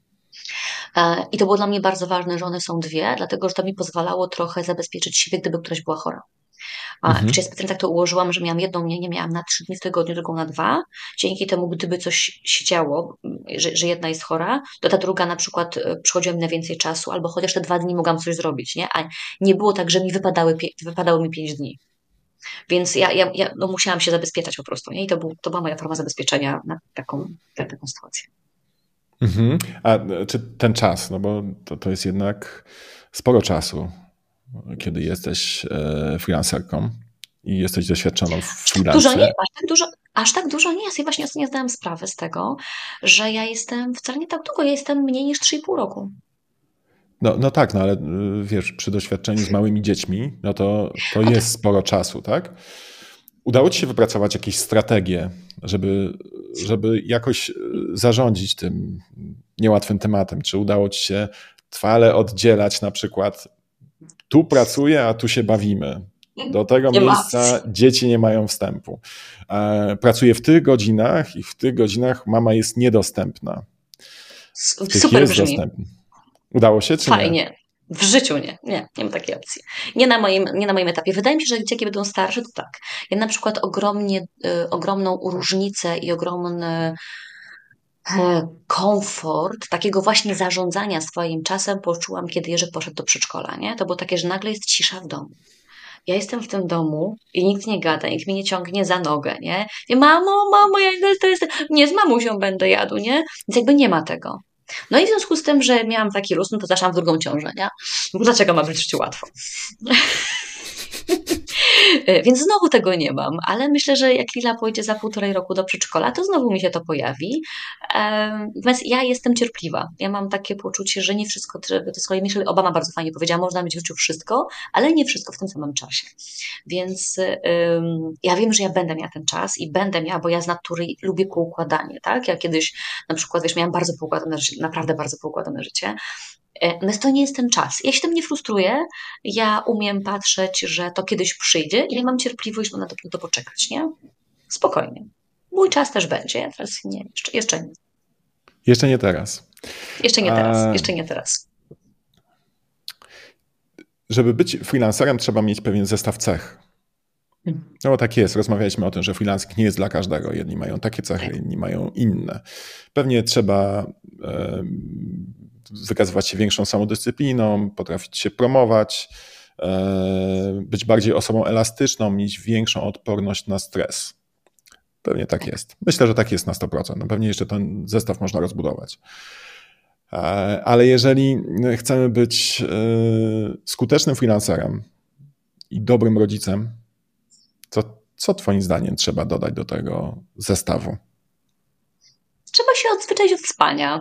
I to było dla mnie bardzo ważne, że one są dwie, dlatego że to mi pozwalało trochę zabezpieczyć siebie, gdyby któraś była chora. A mhm. wcześniej specjalnie tak to ułożyłam, że miałam jedną nianię, miałam na trzy dni w tygodniu, drugą na dwa. Dzięki temu, gdyby coś się działo, że, że jedna jest chora, to ta druga na przykład przychodziła mi na więcej czasu, albo chociaż te dwa dni mogłam coś zrobić, nie? A nie było tak, że mi wypadały, wypadało mi pięć dni. Więc ja, ja, ja no musiałam się zabezpieczać po prostu, nie? I to, był, to była moja forma zabezpieczenia na taką, na taką sytuację. Mhm. A czy ten czas, no bo to, to jest jednak sporo czasu, kiedy jesteś e, freelancerką i jesteś doświadczoną w freelancie. Dużo nie, aż tak dużo, aż tak dużo nie jest. Ja właśnie nie zdałam sprawy z tego, że ja jestem wcale nie tak długo, ja jestem mniej niż trzy i pół roku. No, no tak, no ale wiesz, przy doświadczeniu z małymi dziećmi, no to, to jest sporo czasu, tak? Udało ci się wypracować jakieś strategie, żeby, żeby jakoś zarządzić tym niełatwym tematem? Czy udało ci się trwale oddzielać na przykład tu pracuję, a tu się bawimy? Do tego nie miejsca ma. Dzieci nie mają wstępu. Pracuję w tych godzinach i w tych godzinach mama jest niedostępna. W tych Super jest brzmi. dostępna. Udało się, czy Fajnie. nie? W życiu nie. Nie, nie ma takiej opcji. Nie na moim, nie na moim etapie. Wydaje mi się, że dzieci będą starsze, to tak. Ja na przykład ogromnie, y, ogromną różnicę i ogromny y, komfort takiego właśnie zarządzania swoim czasem poczułam, kiedy Jerzy poszedł do przedszkola, nie? To było takie, że nagle jest cisza w domu. Ja jestem w tym domu i nikt nie gada, nikt mnie nie ciągnie za nogę, nie? I mamo, mamo, ja to jest, nie z mamusią będę jadł, nie? Więc jakby nie ma tego. No i w związku z tym, że miałam taki luz, no to zaszłam w drugą ciążę, nie? Dlaczego ma być życie łatwo? Więc znowu tego nie mam, ale myślę, że jak Lila pójdzie za półtorej roku do przedszkola, to znowu mi się to pojawi. Natomiast ja jestem cierpliwa. Ja mam takie poczucie, że nie wszystko, to z kolei Michelle Obama bardzo fajnie powiedziała, można mieć w życiu wszystko, ale nie wszystko w tym samym czasie. Więc um, ja wiem, że ja będę miała ten czas i będę miała, bo ja z natury lubię poukładanie, tak? Ja kiedyś na przykład, wiesz, miałam bardzo poukładane życie, naprawdę bardzo poukładane życie. Natomiast to nie jest ten czas. Ja się tym nie frustruję, ja umiem patrzeć, że to kiedyś przyjdzie i ja mam cierpliwość, bo na to, na to poczekać, nie? Spokojnie. Mój czas też będzie, ja teraz nie, jeszcze, jeszcze nie. Jeszcze nie teraz. Jeszcze nie teraz, A... jeszcze nie teraz. Żeby być freelancerem, trzeba mieć pewien zestaw cech. No bo tak jest, rozmawialiśmy o tym, że freelancing nie jest dla każdego. Jedni mają takie cechy, inni mają inne. Pewnie trzeba e, wykazywać się większą samodyscypliną, potrafić się promować, e, być bardziej osobą elastyczną, mieć większą odporność na stres. Pewnie tak jest. Myślę, że tak jest na sto procent. No pewnie jeszcze ten zestaw można rozbudować. E, ale jeżeli chcemy być e, skutecznym freelancerem i dobrym rodzicem, to Co twoim zdaniem trzeba dodać do tego zestawu? Trzeba się odzwyczaić od spania.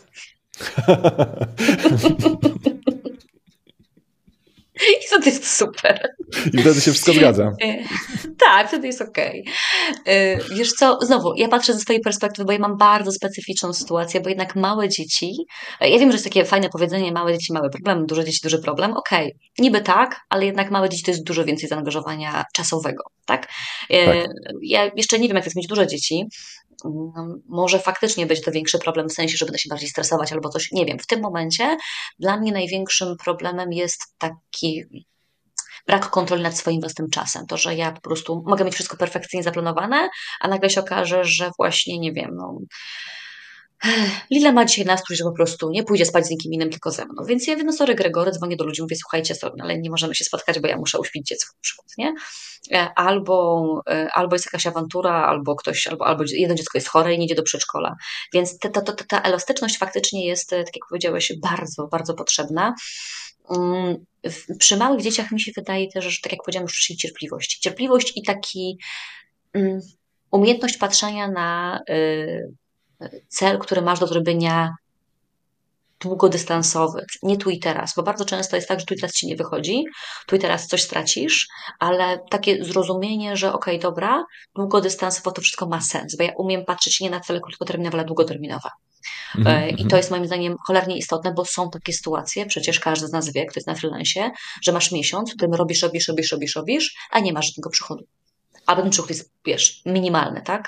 I to jest super. I wtedy się wszystko zgadza. Tak, wtedy jest okej. Okay. Wiesz co, znowu, ja patrzę ze swojej perspektywy, bo ja mam bardzo specyficzną sytuację, bo jednak małe dzieci, ja wiem, że jest takie fajne powiedzenie, małe dzieci, mały problem, duże dzieci, duży problem, okej, okay. Niby tak, ale jednak małe dzieci to jest dużo więcej zaangażowania czasowego, tak? tak? Ja jeszcze nie wiem, jak to jest mieć duże dzieci, może faktycznie być to większy problem w sensie, że będę się bardziej stresować albo coś, nie wiem. W tym momencie dla mnie największym problemem jest taki brak kontroli nad swoim własnym czasem. To, że ja po prostu mogę mieć wszystko perfekcyjnie zaplanowane, a nagle się okaże, że właśnie, nie wiem, no Lila ma dzisiaj nastrój, że po prostu nie pójdzie spać z nikim innym, tylko ze mną. Więc ja wiem, no sorry Gregory, dzwonię do ludzi, mówię, słuchajcie, sorry, ale nie możemy się spotkać, bo ja muszę uśpić dziecko na przykład, nie? Albo, albo jest jakaś awantura, albo ktoś, albo, albo jedno dziecko jest chore i nie idzie do przedszkola. Więc ta, ta, ta, ta elastyczność faktycznie jest, tak jak powiedziałeś, bardzo, bardzo potrzebna. Przy małych dzieciach mi się wydaje też, że tak jak powiedziałam, już przyjdzie cierpliwość. Cierpliwość i taki um, umiejętność patrzenia na y, cel, który masz do zrobienia długodystansowy, nie tu i teraz, bo bardzo często jest tak, że tu i teraz ci nie wychodzi, tu i teraz coś stracisz, ale takie zrozumienie, że okej, okay, dobra, długodystansowo to wszystko ma sens, bo ja umiem patrzeć nie na cele krótkoterminowe, ale długoterminowe. Mm-hmm. I to jest moim zdaniem cholernie istotne, bo są takie sytuacje, przecież każdy z nas wie, kto jest na freelancie, że masz miesiąc, w którym robisz, robisz, robisz, robisz, robisz, a nie masz żadnego przychodu. Albo ten przychód jest, wiesz, minimalny, tak?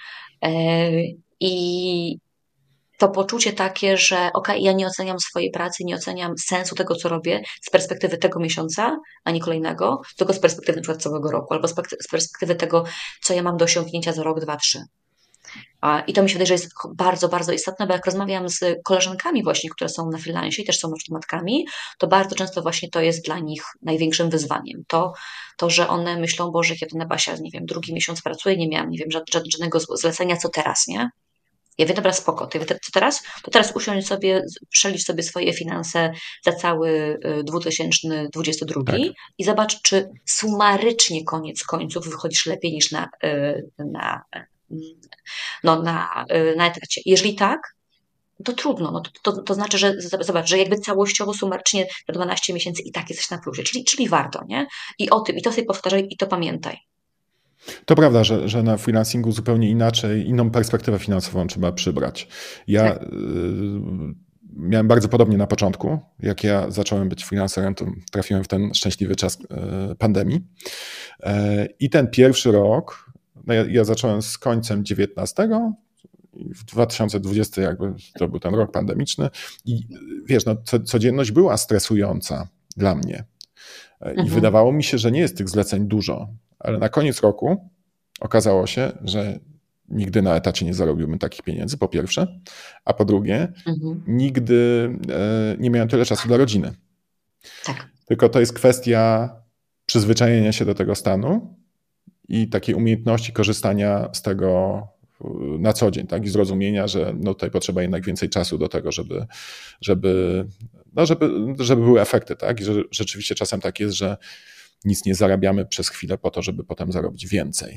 I to poczucie takie, że okej, okay, ja nie oceniam swojej pracy, nie oceniam sensu tego, co robię z perspektywy tego miesiąca, a nie kolejnego, tylko z perspektywy na przykład całego roku, albo z perspektywy tego, co ja mam do osiągnięcia za rok, dwa, trzy. I to mi się wydaje, że jest bardzo, bardzo istotne, bo jak rozmawiam z koleżankami właśnie, które są na freelancie i też są matkami, to bardzo często właśnie to jest dla nich największym wyzwaniem. To, to że one myślą, Boże, ja to na Basia, nie wiem, drugi miesiąc pracuję, nie miałam, nie wiem, żadnego zlecenia, co teraz, nie? Ja wiem, dobra, spoko, to co teraz? To teraz usiądź sobie, przelicz sobie swoje finanse za cały dwa tysiące dwudziesty drugi tak. I zobacz, czy sumarycznie koniec końców wychodzisz lepiej niż na, na, no, na, na etacie. Jeżeli tak, to trudno, no to, to, to znaczy, że zobacz, że jakby całościowo sumarycznie na dwanaście miesięcy i tak jesteś na plusie, czyli, czyli warto, nie? I o tym, i to sobie powtarzaj, i to pamiętaj. To prawda, że, że na freelancingu zupełnie inaczej, inną perspektywę finansową trzeba przybrać. Ja tak. y, miałem bardzo podobnie na początku. Jak ja zacząłem być freelancerem, to trafiłem w ten szczęśliwy czas y, pandemii. Y, I ten pierwszy rok, no ja, ja zacząłem z końcem dziewiętnastego, w dwa tysiące dwudziestym jakby to był ten rok pandemiczny i wiesz, no, co, codzienność była stresująca dla mnie. I mhm. wydawało mi się, że nie jest tych zleceń dużo. Ale na koniec roku okazało się, że nigdy na etacie nie zarobiłbym takich pieniędzy, po pierwsze, a po drugie, mhm. nigdy e, nie miałem tyle czasu dla rodziny. Tak. Tylko to jest kwestia przyzwyczajenia się do tego stanu i takiej umiejętności korzystania z tego na co dzień, tak? I zrozumienia, że no tutaj potrzeba jednak więcej czasu do tego, żeby, żeby, no żeby, żeby były efekty, tak? I że rzeczywiście czasem tak jest, że nic nie zarabiamy przez chwilę po to, żeby potem zarobić więcej.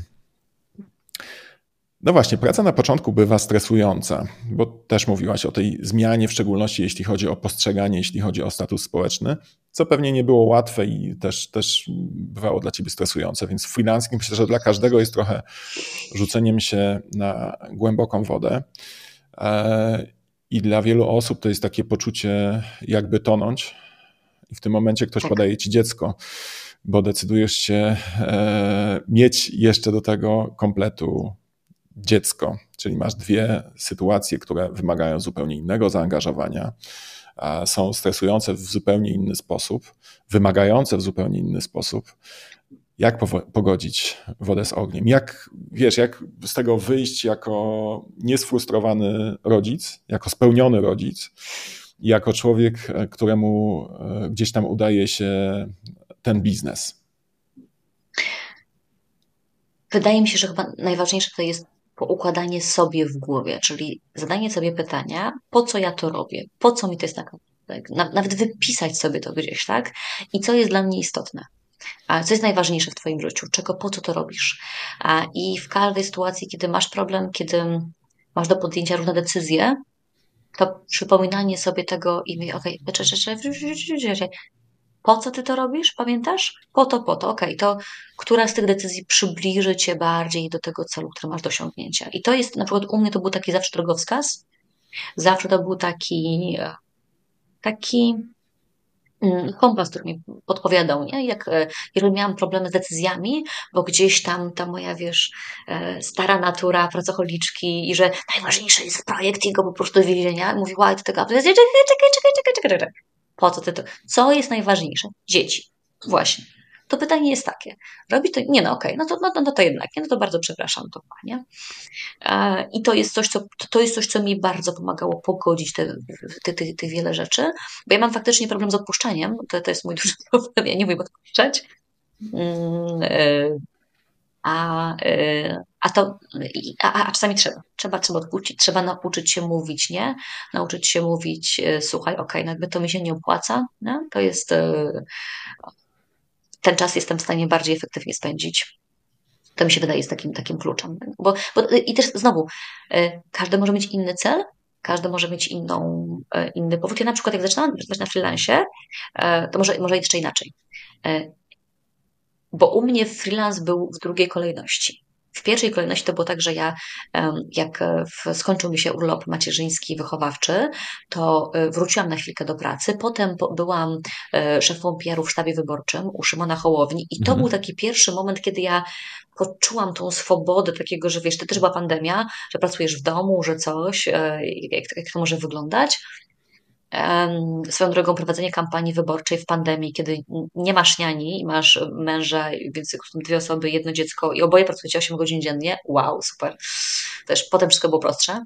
No właśnie, praca na początku bywa stresująca, bo też mówiłaś o tej zmianie, w szczególności jeśli chodzi o postrzeganie, jeśli chodzi o status społeczny, co pewnie nie było łatwe i też, też bywało dla ciebie stresujące, więc freelancing myślę, że dla każdego jest trochę rzuceniem się na głęboką wodę i dla wielu osób to jest takie poczucie jakby tonąć i w tym momencie ktoś podaje ci dziecko, bo decydujesz się e, mieć jeszcze do tego kompletu dziecko, czyli masz dwie sytuacje, które wymagają zupełnie innego zaangażowania, a są stresujące w zupełnie inny sposób, wymagające w zupełnie inny sposób. Jak powo- pogodzić wodę z ogniem? Jak, wiesz, jak z tego wyjść jako niesfrustrowany rodzic, jako spełniony rodzic, jako człowiek, któremu gdzieś tam udaje się ten biznes? Wydaje mi się, że chyba najważniejsze to jest poukładanie sobie w głowie, czyli zadanie sobie pytania, po co ja to robię, po co mi to jest tak, tak nawet wypisać sobie to gdzieś, tak? I co jest dla mnie istotne. A co jest najważniejsze w twoim życiu? Czego, po co to robisz? A, I w każdej sytuacji, kiedy masz problem, kiedy masz do podjęcia różne decyzje, to przypominanie sobie tego i mówię, okej, okay, po co ty to robisz? Pamiętasz? Po to, po to, okej, okay, to która z tych decyzji przybliży cię bardziej do tego celu, który masz do osiągnięcia? I to jest, na przykład u mnie to był taki zawsze drogowskaz, zawsze to był taki, taki kompas, który mi podpowiadał, nie? Jak, jeżeli miałam problemy z decyzjami, bo gdzieś tam ta moja, wiesz, stara natura, pracocholiczki i że najważniejszy jest projekt jego po prostu do więzienia, mówiła do tego, czekaj, czekaj, czekaj, czekaj, czekaj, czekaj. Po co ty to? Co jest najważniejsze? Dzieci. Właśnie. To pytanie jest takie. Robi to, nie no okej, okay, no, to, no, no to jednak, nie? No to bardzo przepraszam, to nie? I to jest coś, co, to jest coś, co mi bardzo pomagało pogodzić te, te, te, te wiele rzeczy, bo ja mam faktycznie problem z odpuszczaniem, to, to jest mój duży problem, ja nie umiem odpuszczać, a, a to, a, a czasami trzeba, trzeba, trzeba odpuścić, trzeba nauczyć się mówić nie, nauczyć się mówić słuchaj, okej, okay, no jakby to mi się nie opłaca, nie? To jest, ten czas jestem w stanie bardziej efektywnie spędzić. To mi się wydaje jest takim, takim kluczem. Bo, bo, I też znowu, każdy może mieć inny cel, każdy może mieć inną, inny powód. Ja na przykład jak zaczynałam pracować na freelancie, to może, może jeszcze inaczej. Bo u mnie freelance był w drugiej kolejności. W pierwszej kolejności to było tak, że ja, jak skończył mi się urlop macierzyński, wychowawczy, to wróciłam na chwilkę do pracy. Potem byłam szefą P R u w sztabie wyborczym u Szymona Hołowni i to mhm. był taki pierwszy moment, kiedy ja poczułam tą swobodę takiego, że wiesz, to też była pandemia, że pracujesz w domu, że coś, jak, jak to może wyglądać. Swoją drogą prowadzenie kampanii wyborczej w pandemii, kiedy nie masz niani i masz męża, więc dwie osoby, jedno dziecko i oboje pracujecie osiem godzin dziennie, wow, super. Też potem wszystko było prostsze.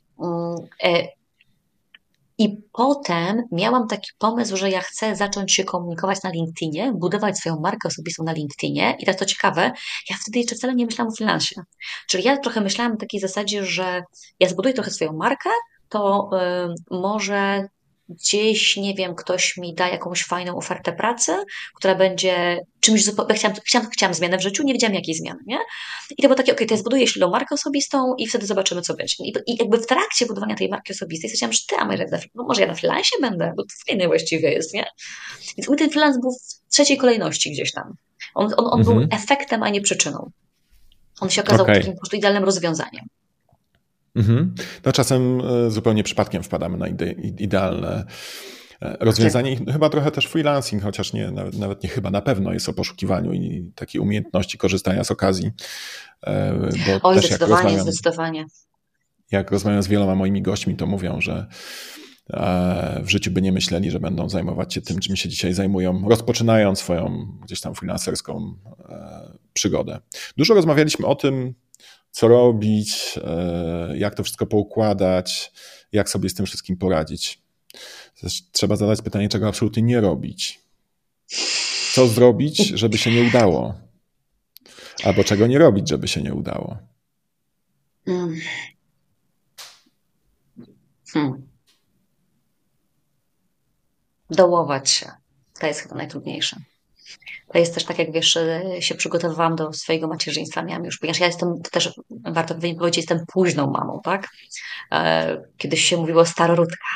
I potem miałam taki pomysł, że ja chcę zacząć się komunikować na LinkedInie, budować swoją markę osobistą na LinkedInie i tak to ciekawe, ja wtedy jeszcze wcale nie myślałam o freelancie. Czyli ja trochę myślałam w takiej zasadzie, że ja zbuduję trochę swoją markę, to yy, może gdzieś, nie wiem, ktoś mi da jakąś fajną ofertę pracy, która będzie czymś zupełnie, chciałam, chciałam, chciałam zmianę w życiu, nie wiedziałam jakiej zmiany, nie? I to było takie, okej, okay, to ja zbuduję ślubną markę osobistą i wtedy zobaczymy, co będzie. I, I jakby w trakcie budowania tej marki osobistej stwierdziłam, że ty, a może, no może ja na freelancie będę, bo to fajne właściwie jest, nie? Więc mój ten freelance był w trzeciej kolejności gdzieś tam. On, on, on mhm. był efektem, a nie przyczyną. On się okazał okay. takim po prostu idealnym rozwiązaniem. Mhm. No czasem zupełnie przypadkiem wpadamy na ide idealne rozwiązanie. I chyba trochę też freelancing, chociaż nie, nawet, nawet nie chyba, na pewno jest o poszukiwaniu i takiej umiejętności korzystania z okazji. Bo Oj, też zdecydowanie, jak rozmawiam, zdecydowanie. Jak rozmawiam z wieloma moimi gośćmi, to mówią, że w życiu by nie myśleli, że będą zajmować się tym, czym się dzisiaj zajmują, rozpoczynając swoją gdzieś tam freelancerską przygodę. Dużo rozmawialiśmy o tym, co robić, jak to wszystko poukładać, jak sobie z tym wszystkim poradzić. Trzeba zadać pytanie, czego absolutnie nie robić. Co zrobić, żeby się nie udało? Albo czego nie robić, żeby się nie udało? Hmm. Hmm. Dołować się. To jest chyba najtrudniejsze. To jest też tak, jak wiesz, się przygotowywałam do swojego macierzyństwa, miałam już, ponieważ ja jestem, to też warto powiedzieć, jestem późną mamą, tak? Kiedyś się mówiło staroródka.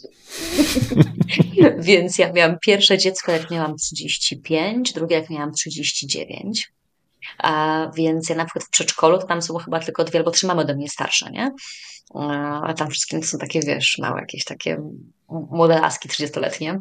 Więc ja miałam pierwsze dziecko, jak miałam trzydzieści pięć, drugie, jak miałam trzydzieści dziewięć. A więc ja na przykład w przedszkolu, to tam są chyba tylko dwie albo trzy mamy ode mnie starsze, nie? A tam wszystkie to są takie, wiesz, małe jakieś takie młode laski trzydziestoletnie.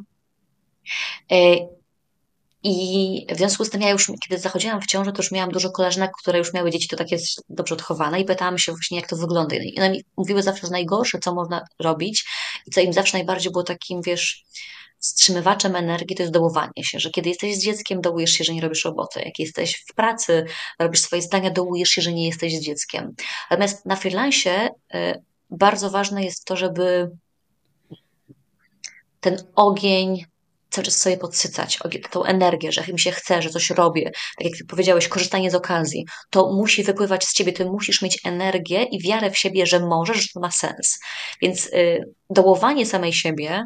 I w związku z tym ja już, kiedy zachodziłam w ciążę, to już miałam dużo koleżanek, które już miały dzieci, to takie dobrze odchowane i pytałam się właśnie, jak to wygląda. I one mi mówiły zawsze, że najgorsze, co można robić i co im zawsze najbardziej było takim, wiesz, wstrzymywaczem energii, to jest dołowanie się, że kiedy jesteś z dzieckiem, dołujesz się, że nie robisz roboty. Jak jesteś w pracy, robisz swoje zdania, dołujesz się, że nie jesteś z dzieckiem. Natomiast na freelancie y, bardzo ważne jest to, żeby ten ogień cały czas sobie podsycać, tą energię, że jak mi się chce, że coś robię, tak jak ty powiedziałeś, korzystanie z okazji, to musi wypływać z ciebie, ty musisz mieć energię i wiarę w siebie, że możesz, że to ma sens. Więc y, dołowanie samej siebie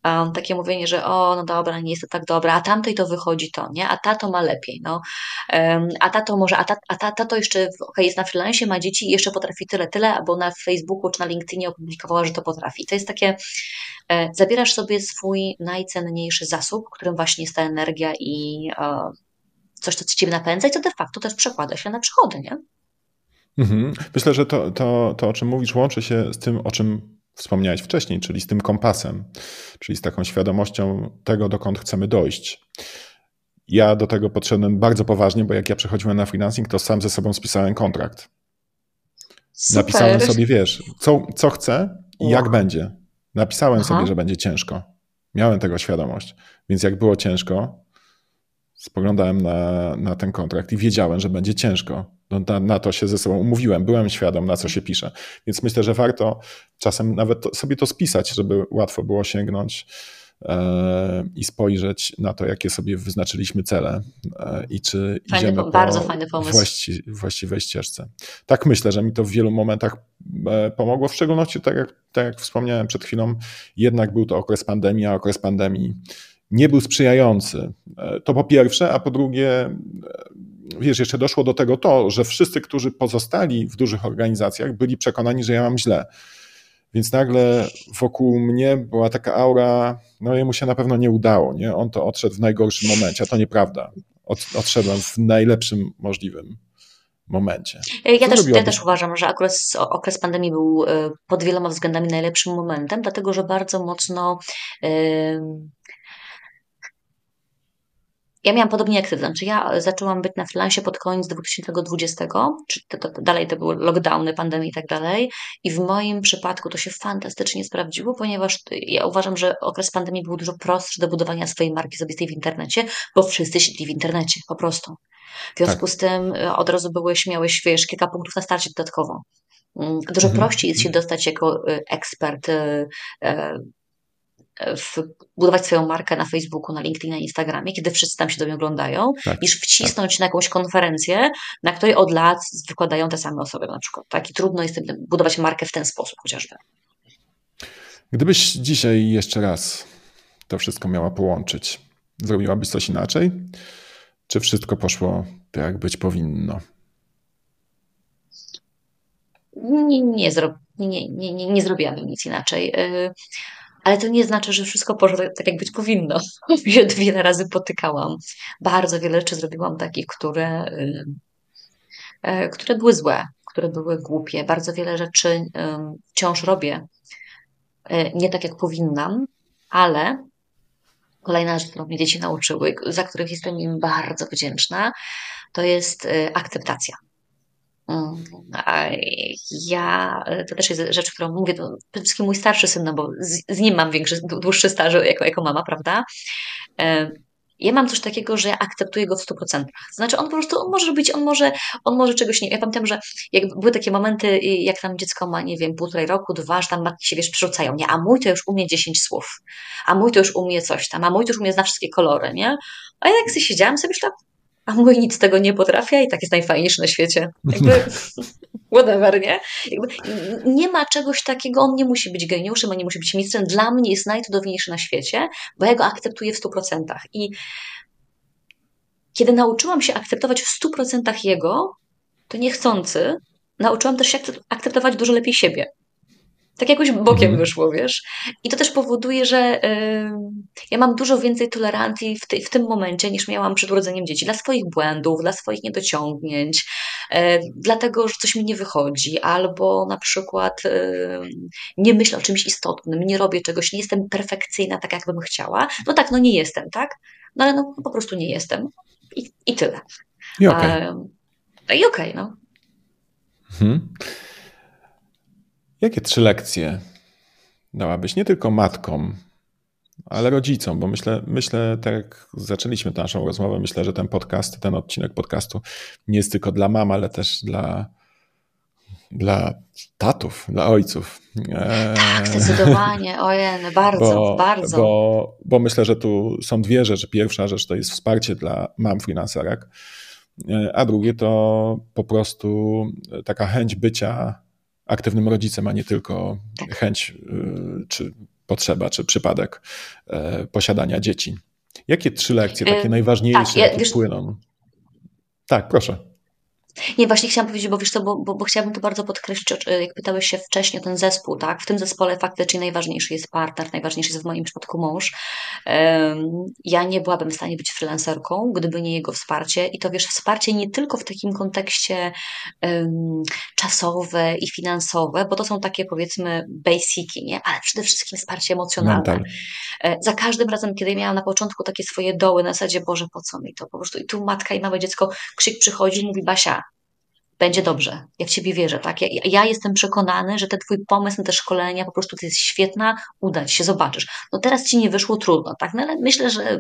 Um, takie mówienie, że o, no dobra, nie jest to tak dobre, a tamtej to wychodzi to, nie? A tato ma lepiej, no. Um, a tato może, a, ta, a ta, tato jeszcze, okej, okay, jest na freelancie, ma dzieci i jeszcze potrafi tyle, tyle, albo na Facebooku czy na LinkedInie opublikowała, że to potrafi. To jest takie, e, zabierasz sobie swój najcenniejszy zasób, którym właśnie jest ta energia i e, coś, co ciebie napędza i co de facto też przekłada się na przychody, nie? Mhm. Myślę, że to, to, to, o czym mówisz, łączy się z tym, o czym wspomniałeś wcześniej, czyli z tym kompasem, czyli z taką świadomością tego, dokąd chcemy dojść. Ja do tego podszedłem bardzo poważnie, bo jak ja przechodziłem na freelancing, to sam ze sobą spisałem kontrakt. Super. Napisałem sobie, wiesz, co, co chcę i jak Wow. będzie. Napisałem Aha. sobie, że będzie ciężko. Miałem tego świadomość. Więc jak było ciężko, spoglądałem na, na ten kontrakt i wiedziałem, że będzie ciężko. No, na, na to się ze sobą umówiłem, byłem świadom, na co się pisze. Więc myślę, że warto czasem nawet to, sobie to spisać, żeby łatwo było sięgnąć e, i spojrzeć na to, jakie sobie wyznaczyliśmy cele e, i czy Fajny, idziemy po bardzo fajny pomysł. właści, właściwej ścieżce. Tak myślę, że mi to w wielu momentach e, pomogło, w szczególności tak jak, tak jak wspomniałem przed chwilą, jednak był to okres pandemii, a okres pandemii nie był sprzyjający. To po pierwsze, a po drugie, wiesz, jeszcze doszło do tego to, że wszyscy, którzy pozostali w dużych organizacjach, byli przekonani, że ja mam źle. Więc nagle wokół mnie była taka aura, no jemu się na pewno nie udało, nie? On to odszedł w najgorszym momencie, a to nieprawda. Od, odszedłem w najlepszym możliwym momencie. Ja też, ja też uważam, że akurat okres pandemii był pod wieloma względami najlepszym momentem, dlatego że bardzo mocno yy, ja miałam podobnie jak ty, znaczy ja zaczęłam być na freelancie pod koniec dwa tysiące dwudziestego, czy to, to, dalej to były lockdowny, pandemie i tak dalej i w moim przypadku to się fantastycznie sprawdziło, ponieważ ja uważam, że okres pandemii był dużo prostszy do budowania swojej marki osobistej w internecie, bo wszyscy siedli w internecie, po prostu. W związku tak. z tym od razu byłeś, miałeś, wiesz, kilka punktów na starcie dodatkowo. Dużo mhm. prościej jest się dostać jako ekspert w, budować swoją markę na Facebooku, na LinkedInie, na Instagramie, kiedy wszyscy tam się do mnie oglądają, tak, niż wcisnąć tak. na jakąś konferencję, na której od lat wykładają te same osoby na przykład. Tak? I trudno jest budować markę w ten sposób chociażby. Gdybyś dzisiaj jeszcze raz to wszystko miała połączyć, zrobiłabyś coś inaczej? Czy wszystko poszło tak, jak być powinno? Nie, nie, zro, nie, nie, nie, nie zrobiłabym nic inaczej. Ale to nie znaczy, że wszystko poszło tak, tak jak być powinno. Wiele razy potykałam. Bardzo wiele rzeczy zrobiłam takich, które, które były złe, które były głupie. Bardzo wiele rzeczy wciąż robię nie tak, jak powinnam, ale kolejna rzecz, którą mnie dzieci nauczyły, za których jestem im bardzo wdzięczna, to jest akceptacja. Ja, to też jest rzecz, którą mówię, to przede wszystkim mój starszy syn, no bo z, z nim mam większy, dłuższy staż jako, jako mama, prawda? Ja mam coś takiego, że ja akceptuję go w stu procentach. Znaczy on po prostu, on może być, on może, on może czegoś nie... Ja pamiętam, że jak były takie momenty, jak tam dziecko ma, nie wiem, półtorej roku, dwa, że tam matki się, wiesz, przerzucają, nie? A mój to już umie dziesięć słów, a mój to już umie coś tam, a mój to już umie zna wszystkie kolory, nie? A ja jak sobie siedziałam, sobie myślałam, a mój nic z tego nie potrafi, a i tak jest najfajniejszy na świecie. Jakby, whatever, nie? Jakby nie ma czegoś takiego, on nie musi być geniuszem, on nie musi być mistrzem. Dla mnie jest najcudowniejszy na świecie, bo ja go akceptuję w stu procentach. I kiedy nauczyłam się akceptować w stu procentach jego, to niechcący nauczyłam też się akceptować dużo lepiej siebie. Tak jakoś bokiem mhm. wyszło, wiesz. I to też powoduje, że yy, ja mam dużo więcej tolerancji w, ty, w tym momencie, niż miałam przed urodzeniem dzieci. Dla swoich błędów, dla swoich niedociągnięć, yy, dlatego, że coś mi nie wychodzi, albo na przykład yy, nie myślę o czymś istotnym, nie robię czegoś, nie jestem perfekcyjna tak, jakbym chciała. No tak, no nie jestem, tak? No ale no po prostu nie jestem. I, i tyle. I okej. Okay. Yy, I okej, okay, no. Mhm. Jakie trzy lekcje dałabyś nie tylko matkom, ale rodzicom? Bo myślę, myślę, tak jak zaczęliśmy tę naszą rozmowę, myślę, że ten podcast, ten odcinek podcastu nie jest tylko dla mam, ale też dla, dla tatów, dla ojców. Tak, zdecydowanie, ojej, bardzo, bo, bardzo. Bo, bo myślę, że tu są dwie rzeczy. Pierwsza rzecz to jest wsparcie dla mam freelancerek, a drugie to po prostu taka chęć bycia aktywnym rodzicem, a nie tylko chęć czy potrzeba czy przypadek e, posiadania dzieci. Jakie trzy lekcje, takie najważniejsze, tak, ja, jakie wiesz, płyną? Tak, proszę. Nie, właśnie chciałam powiedzieć, bo wiesz co, bo, bo, bo chciałabym to bardzo podkreślić, jak pytałeś się wcześniej o ten zespół, tak? W tym zespole faktycznie najważniejszy jest partner, najważniejszy jest w moim przypadku mąż. Um, ja nie byłabym w stanie być freelancerką, gdyby nie jego wsparcie i to wiesz, wsparcie nie tylko w takim kontekście um, czasowe i finansowe, bo to są takie powiedzmy basiki, nie? Ale przede wszystkim wsparcie emocjonalne. Mental. Za każdym razem, kiedy miałam na początku takie swoje doły na zasadzie, Boże, po co mi to? Po prostu i tu matka i małe dziecko, krzyk przychodzi i mówi, Basia, będzie dobrze, ja w ciebie wierzę, tak? Ja, ja jestem przekonany, że ten twój pomysł na te szkolenia po prostu to jest świetna, uda ci się, zobaczysz. No teraz ci nie wyszło, trudno, tak? No ale myślę, że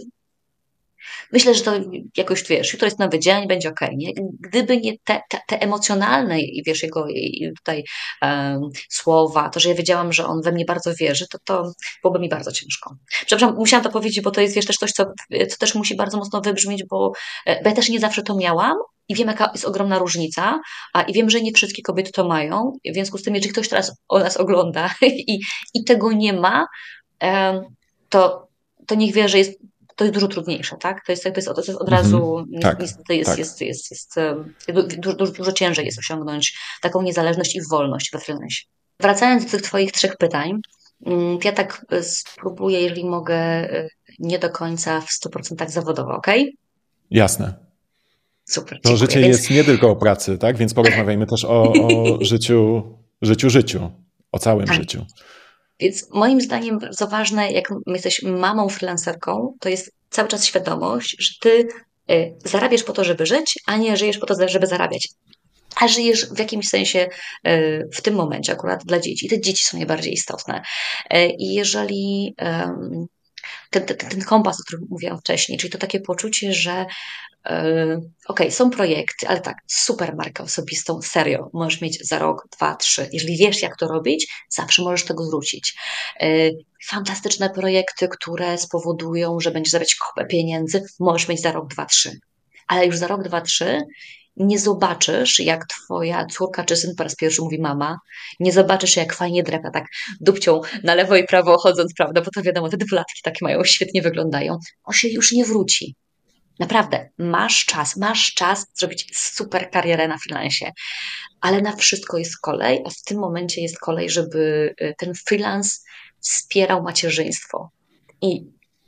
myślę, że to jakoś, wiesz, jutro jest nowy dzień, będzie okej, nie? Gdyby nie te, te, te emocjonalne i wiesz, jego i tutaj um, słowa, to, że ja wiedziałam, że on we mnie bardzo wierzy, to to byłoby mi bardzo ciężko. Przepraszam, musiałam to powiedzieć, bo to jest, wiesz, też coś, co, co też musi bardzo mocno wybrzmieć, bo, bo ja też nie zawsze to miałam i wiem, jaka jest ogromna różnica, a i wiem, że nie wszystkie kobiety to mają, w związku z tym, jeżeli ktoś teraz o nas ogląda i, i tego nie ma, um, to, to niech wie, że jest to jest dużo trudniejsze, tak? To jest, to jest, to jest od razu, mhm, tak, niestety jest, tak. jest, jest, jest, jest dużo, dużo, dużo ciężej jest osiągnąć taką niezależność i wolność we freelancie. Wracając do tych Twoich trzech pytań, ja tak spróbuję, jeżeli mogę, nie do końca w stu procentach zawodowo, ok? Jasne. Super, to dziękuję. życie Więc... jest nie tylko o pracy, tak? Więc porozmawiajmy też o, o życiu, życiu, życiu, o całym tak. życiu. Więc moim zdaniem bardzo ważne, jak jesteś mamą freelancerką, to jest cały czas świadomość, że ty y, zarabiasz po to, żeby żyć, a nie żyjesz po to, żeby zarabiać. A żyjesz w jakimś sensie y, w tym momencie akurat dla dzieci. I te dzieci są najbardziej istotne. Y, I jeżeli y, ten, ten, ten kompas, o którym mówiłam wcześniej, czyli to takie poczucie, że Okej, okay, są projekty, ale tak, super markę osobistą, serio, możesz mieć za rok, dwa, trzy. Jeżeli wiesz, jak to robić, zawsze możesz tego zwrócić. Fantastyczne projekty, które spowodują, że będziesz zarabiać kupę pieniędzy, możesz mieć za rok, dwa, trzy. Ale już za rok, dwa, trzy nie zobaczysz, jak twoja córka czy syn po raz pierwszy mówi mama, nie zobaczysz, jak fajnie drepia tak dupcią na lewo i prawo chodząc, prawda, bo to wiadomo, te dwulatki takie mają, świetnie wyglądają. On się już nie wróci. Naprawdę, masz czas, masz czas zrobić super karierę na freelancie, ale na wszystko jest kolej, a w tym momencie jest kolej, żeby ten freelance wspierał macierzyństwo. I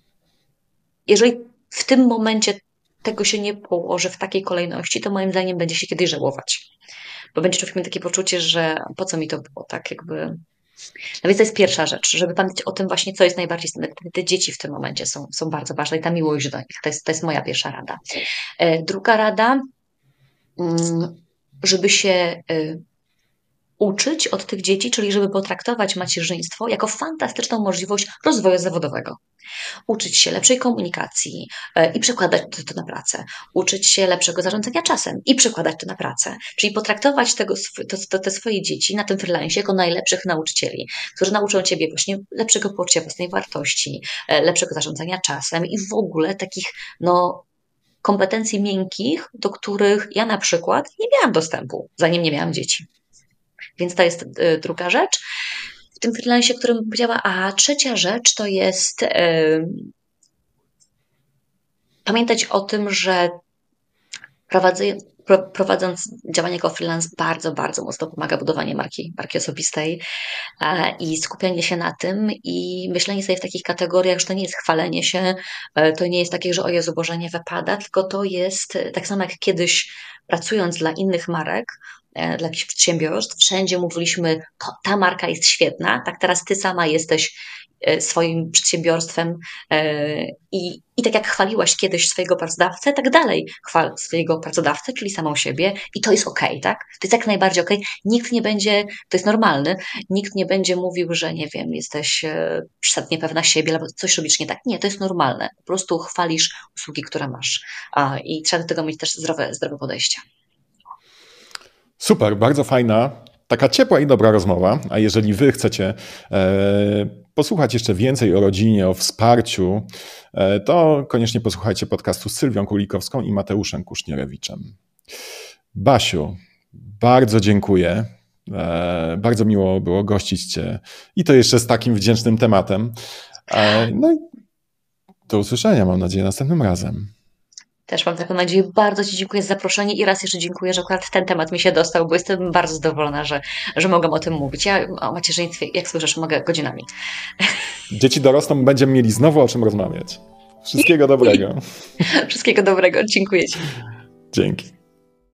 jeżeli w tym momencie tego się nie położy w takiej kolejności, to moim zdaniem będzie się kiedyś żałować. Bo będzie człowiek miał takie poczucie, że po co mi to było, tak jakby... No więc to jest pierwsza rzecz, żeby pamiętać o tym właśnie, co jest najbardziej istotne. Te dzieci w tym momencie są, są bardzo ważne i ta miłość do nich. To jest, to jest moja pierwsza rada. Druga rada, żeby się uczyć od tych dzieci, czyli żeby potraktować macierzyństwo jako fantastyczną możliwość rozwoju zawodowego. Uczyć się lepszej komunikacji i przekładać to, to na pracę. Uczyć się lepszego zarządzania czasem i przekładać to na pracę. Czyli potraktować tego, to, to, te swoje dzieci na tym freelancie jako najlepszych nauczycieli, którzy nauczą ciebie właśnie lepszego poczucia własnej wartości, lepszego zarządzania czasem i w ogóle takich no, kompetencji miękkich, do których ja na przykład nie miałam dostępu, zanim nie miałam dzieci. Więc to jest y, druga rzecz. W tym freelancie, o którym powiedziała, a trzecia rzecz to jest y, pamiętać o tym, że prowadząc, prowadząc działanie jako freelance bardzo, bardzo mocno pomaga budowanie marki, marki osobistej a, i skupianie się na tym i myślenie sobie w takich kategoriach, że to nie jest chwalenie się, to nie jest takie, że o Jezu, Boże, nie wypada, tylko to jest tak samo jak kiedyś pracując dla innych marek, dla jakichś przedsiębiorstw, wszędzie mówiliśmy, to, ta marka jest świetna, tak teraz ty sama jesteś swoim przedsiębiorstwem i, i tak jak chwaliłaś kiedyś swojego pracodawcę, tak dalej chwal swojego pracodawcę, czyli samą siebie i to jest okej, tak? To jest jak najbardziej okej. Nikt nie będzie, to jest normalne, nikt nie będzie mówił, że nie wiem, jesteś przesadnie pewna siebie albo coś robisz nie tak. Nie, to jest normalne. Po prostu chwalisz usługi, które masz i trzeba do tego mieć też zdrowe, zdrowe podejście. Super, bardzo fajna, taka ciepła i dobra rozmowa, a jeżeli wy chcecie e, posłuchać jeszcze więcej o rodzinie, o wsparciu, e, to koniecznie posłuchajcie podcastu z Sylwią Kulikowską i Mateuszem Kusznierewiczem. Basiu, bardzo dziękuję. E, bardzo miło było gościć Cię i to jeszcze z takim wdzięcznym tematem. E, no i do usłyszenia, mam nadzieję, następnym razem. Też mam taką nadzieję. Bardzo Ci dziękuję za zaproszenie i raz jeszcze dziękuję, że akurat ten temat mi się dostał, bo jestem bardzo zadowolona, że, że mogę o tym mówić. Ja o macierzyństwie, jak słyszysz, mogę godzinami. Dzieci dorosną, będziemy mieli znowu o czym rozmawiać. Wszystkiego dobrego. Wszystkiego dobrego. Dziękuję Ci. Dzięki.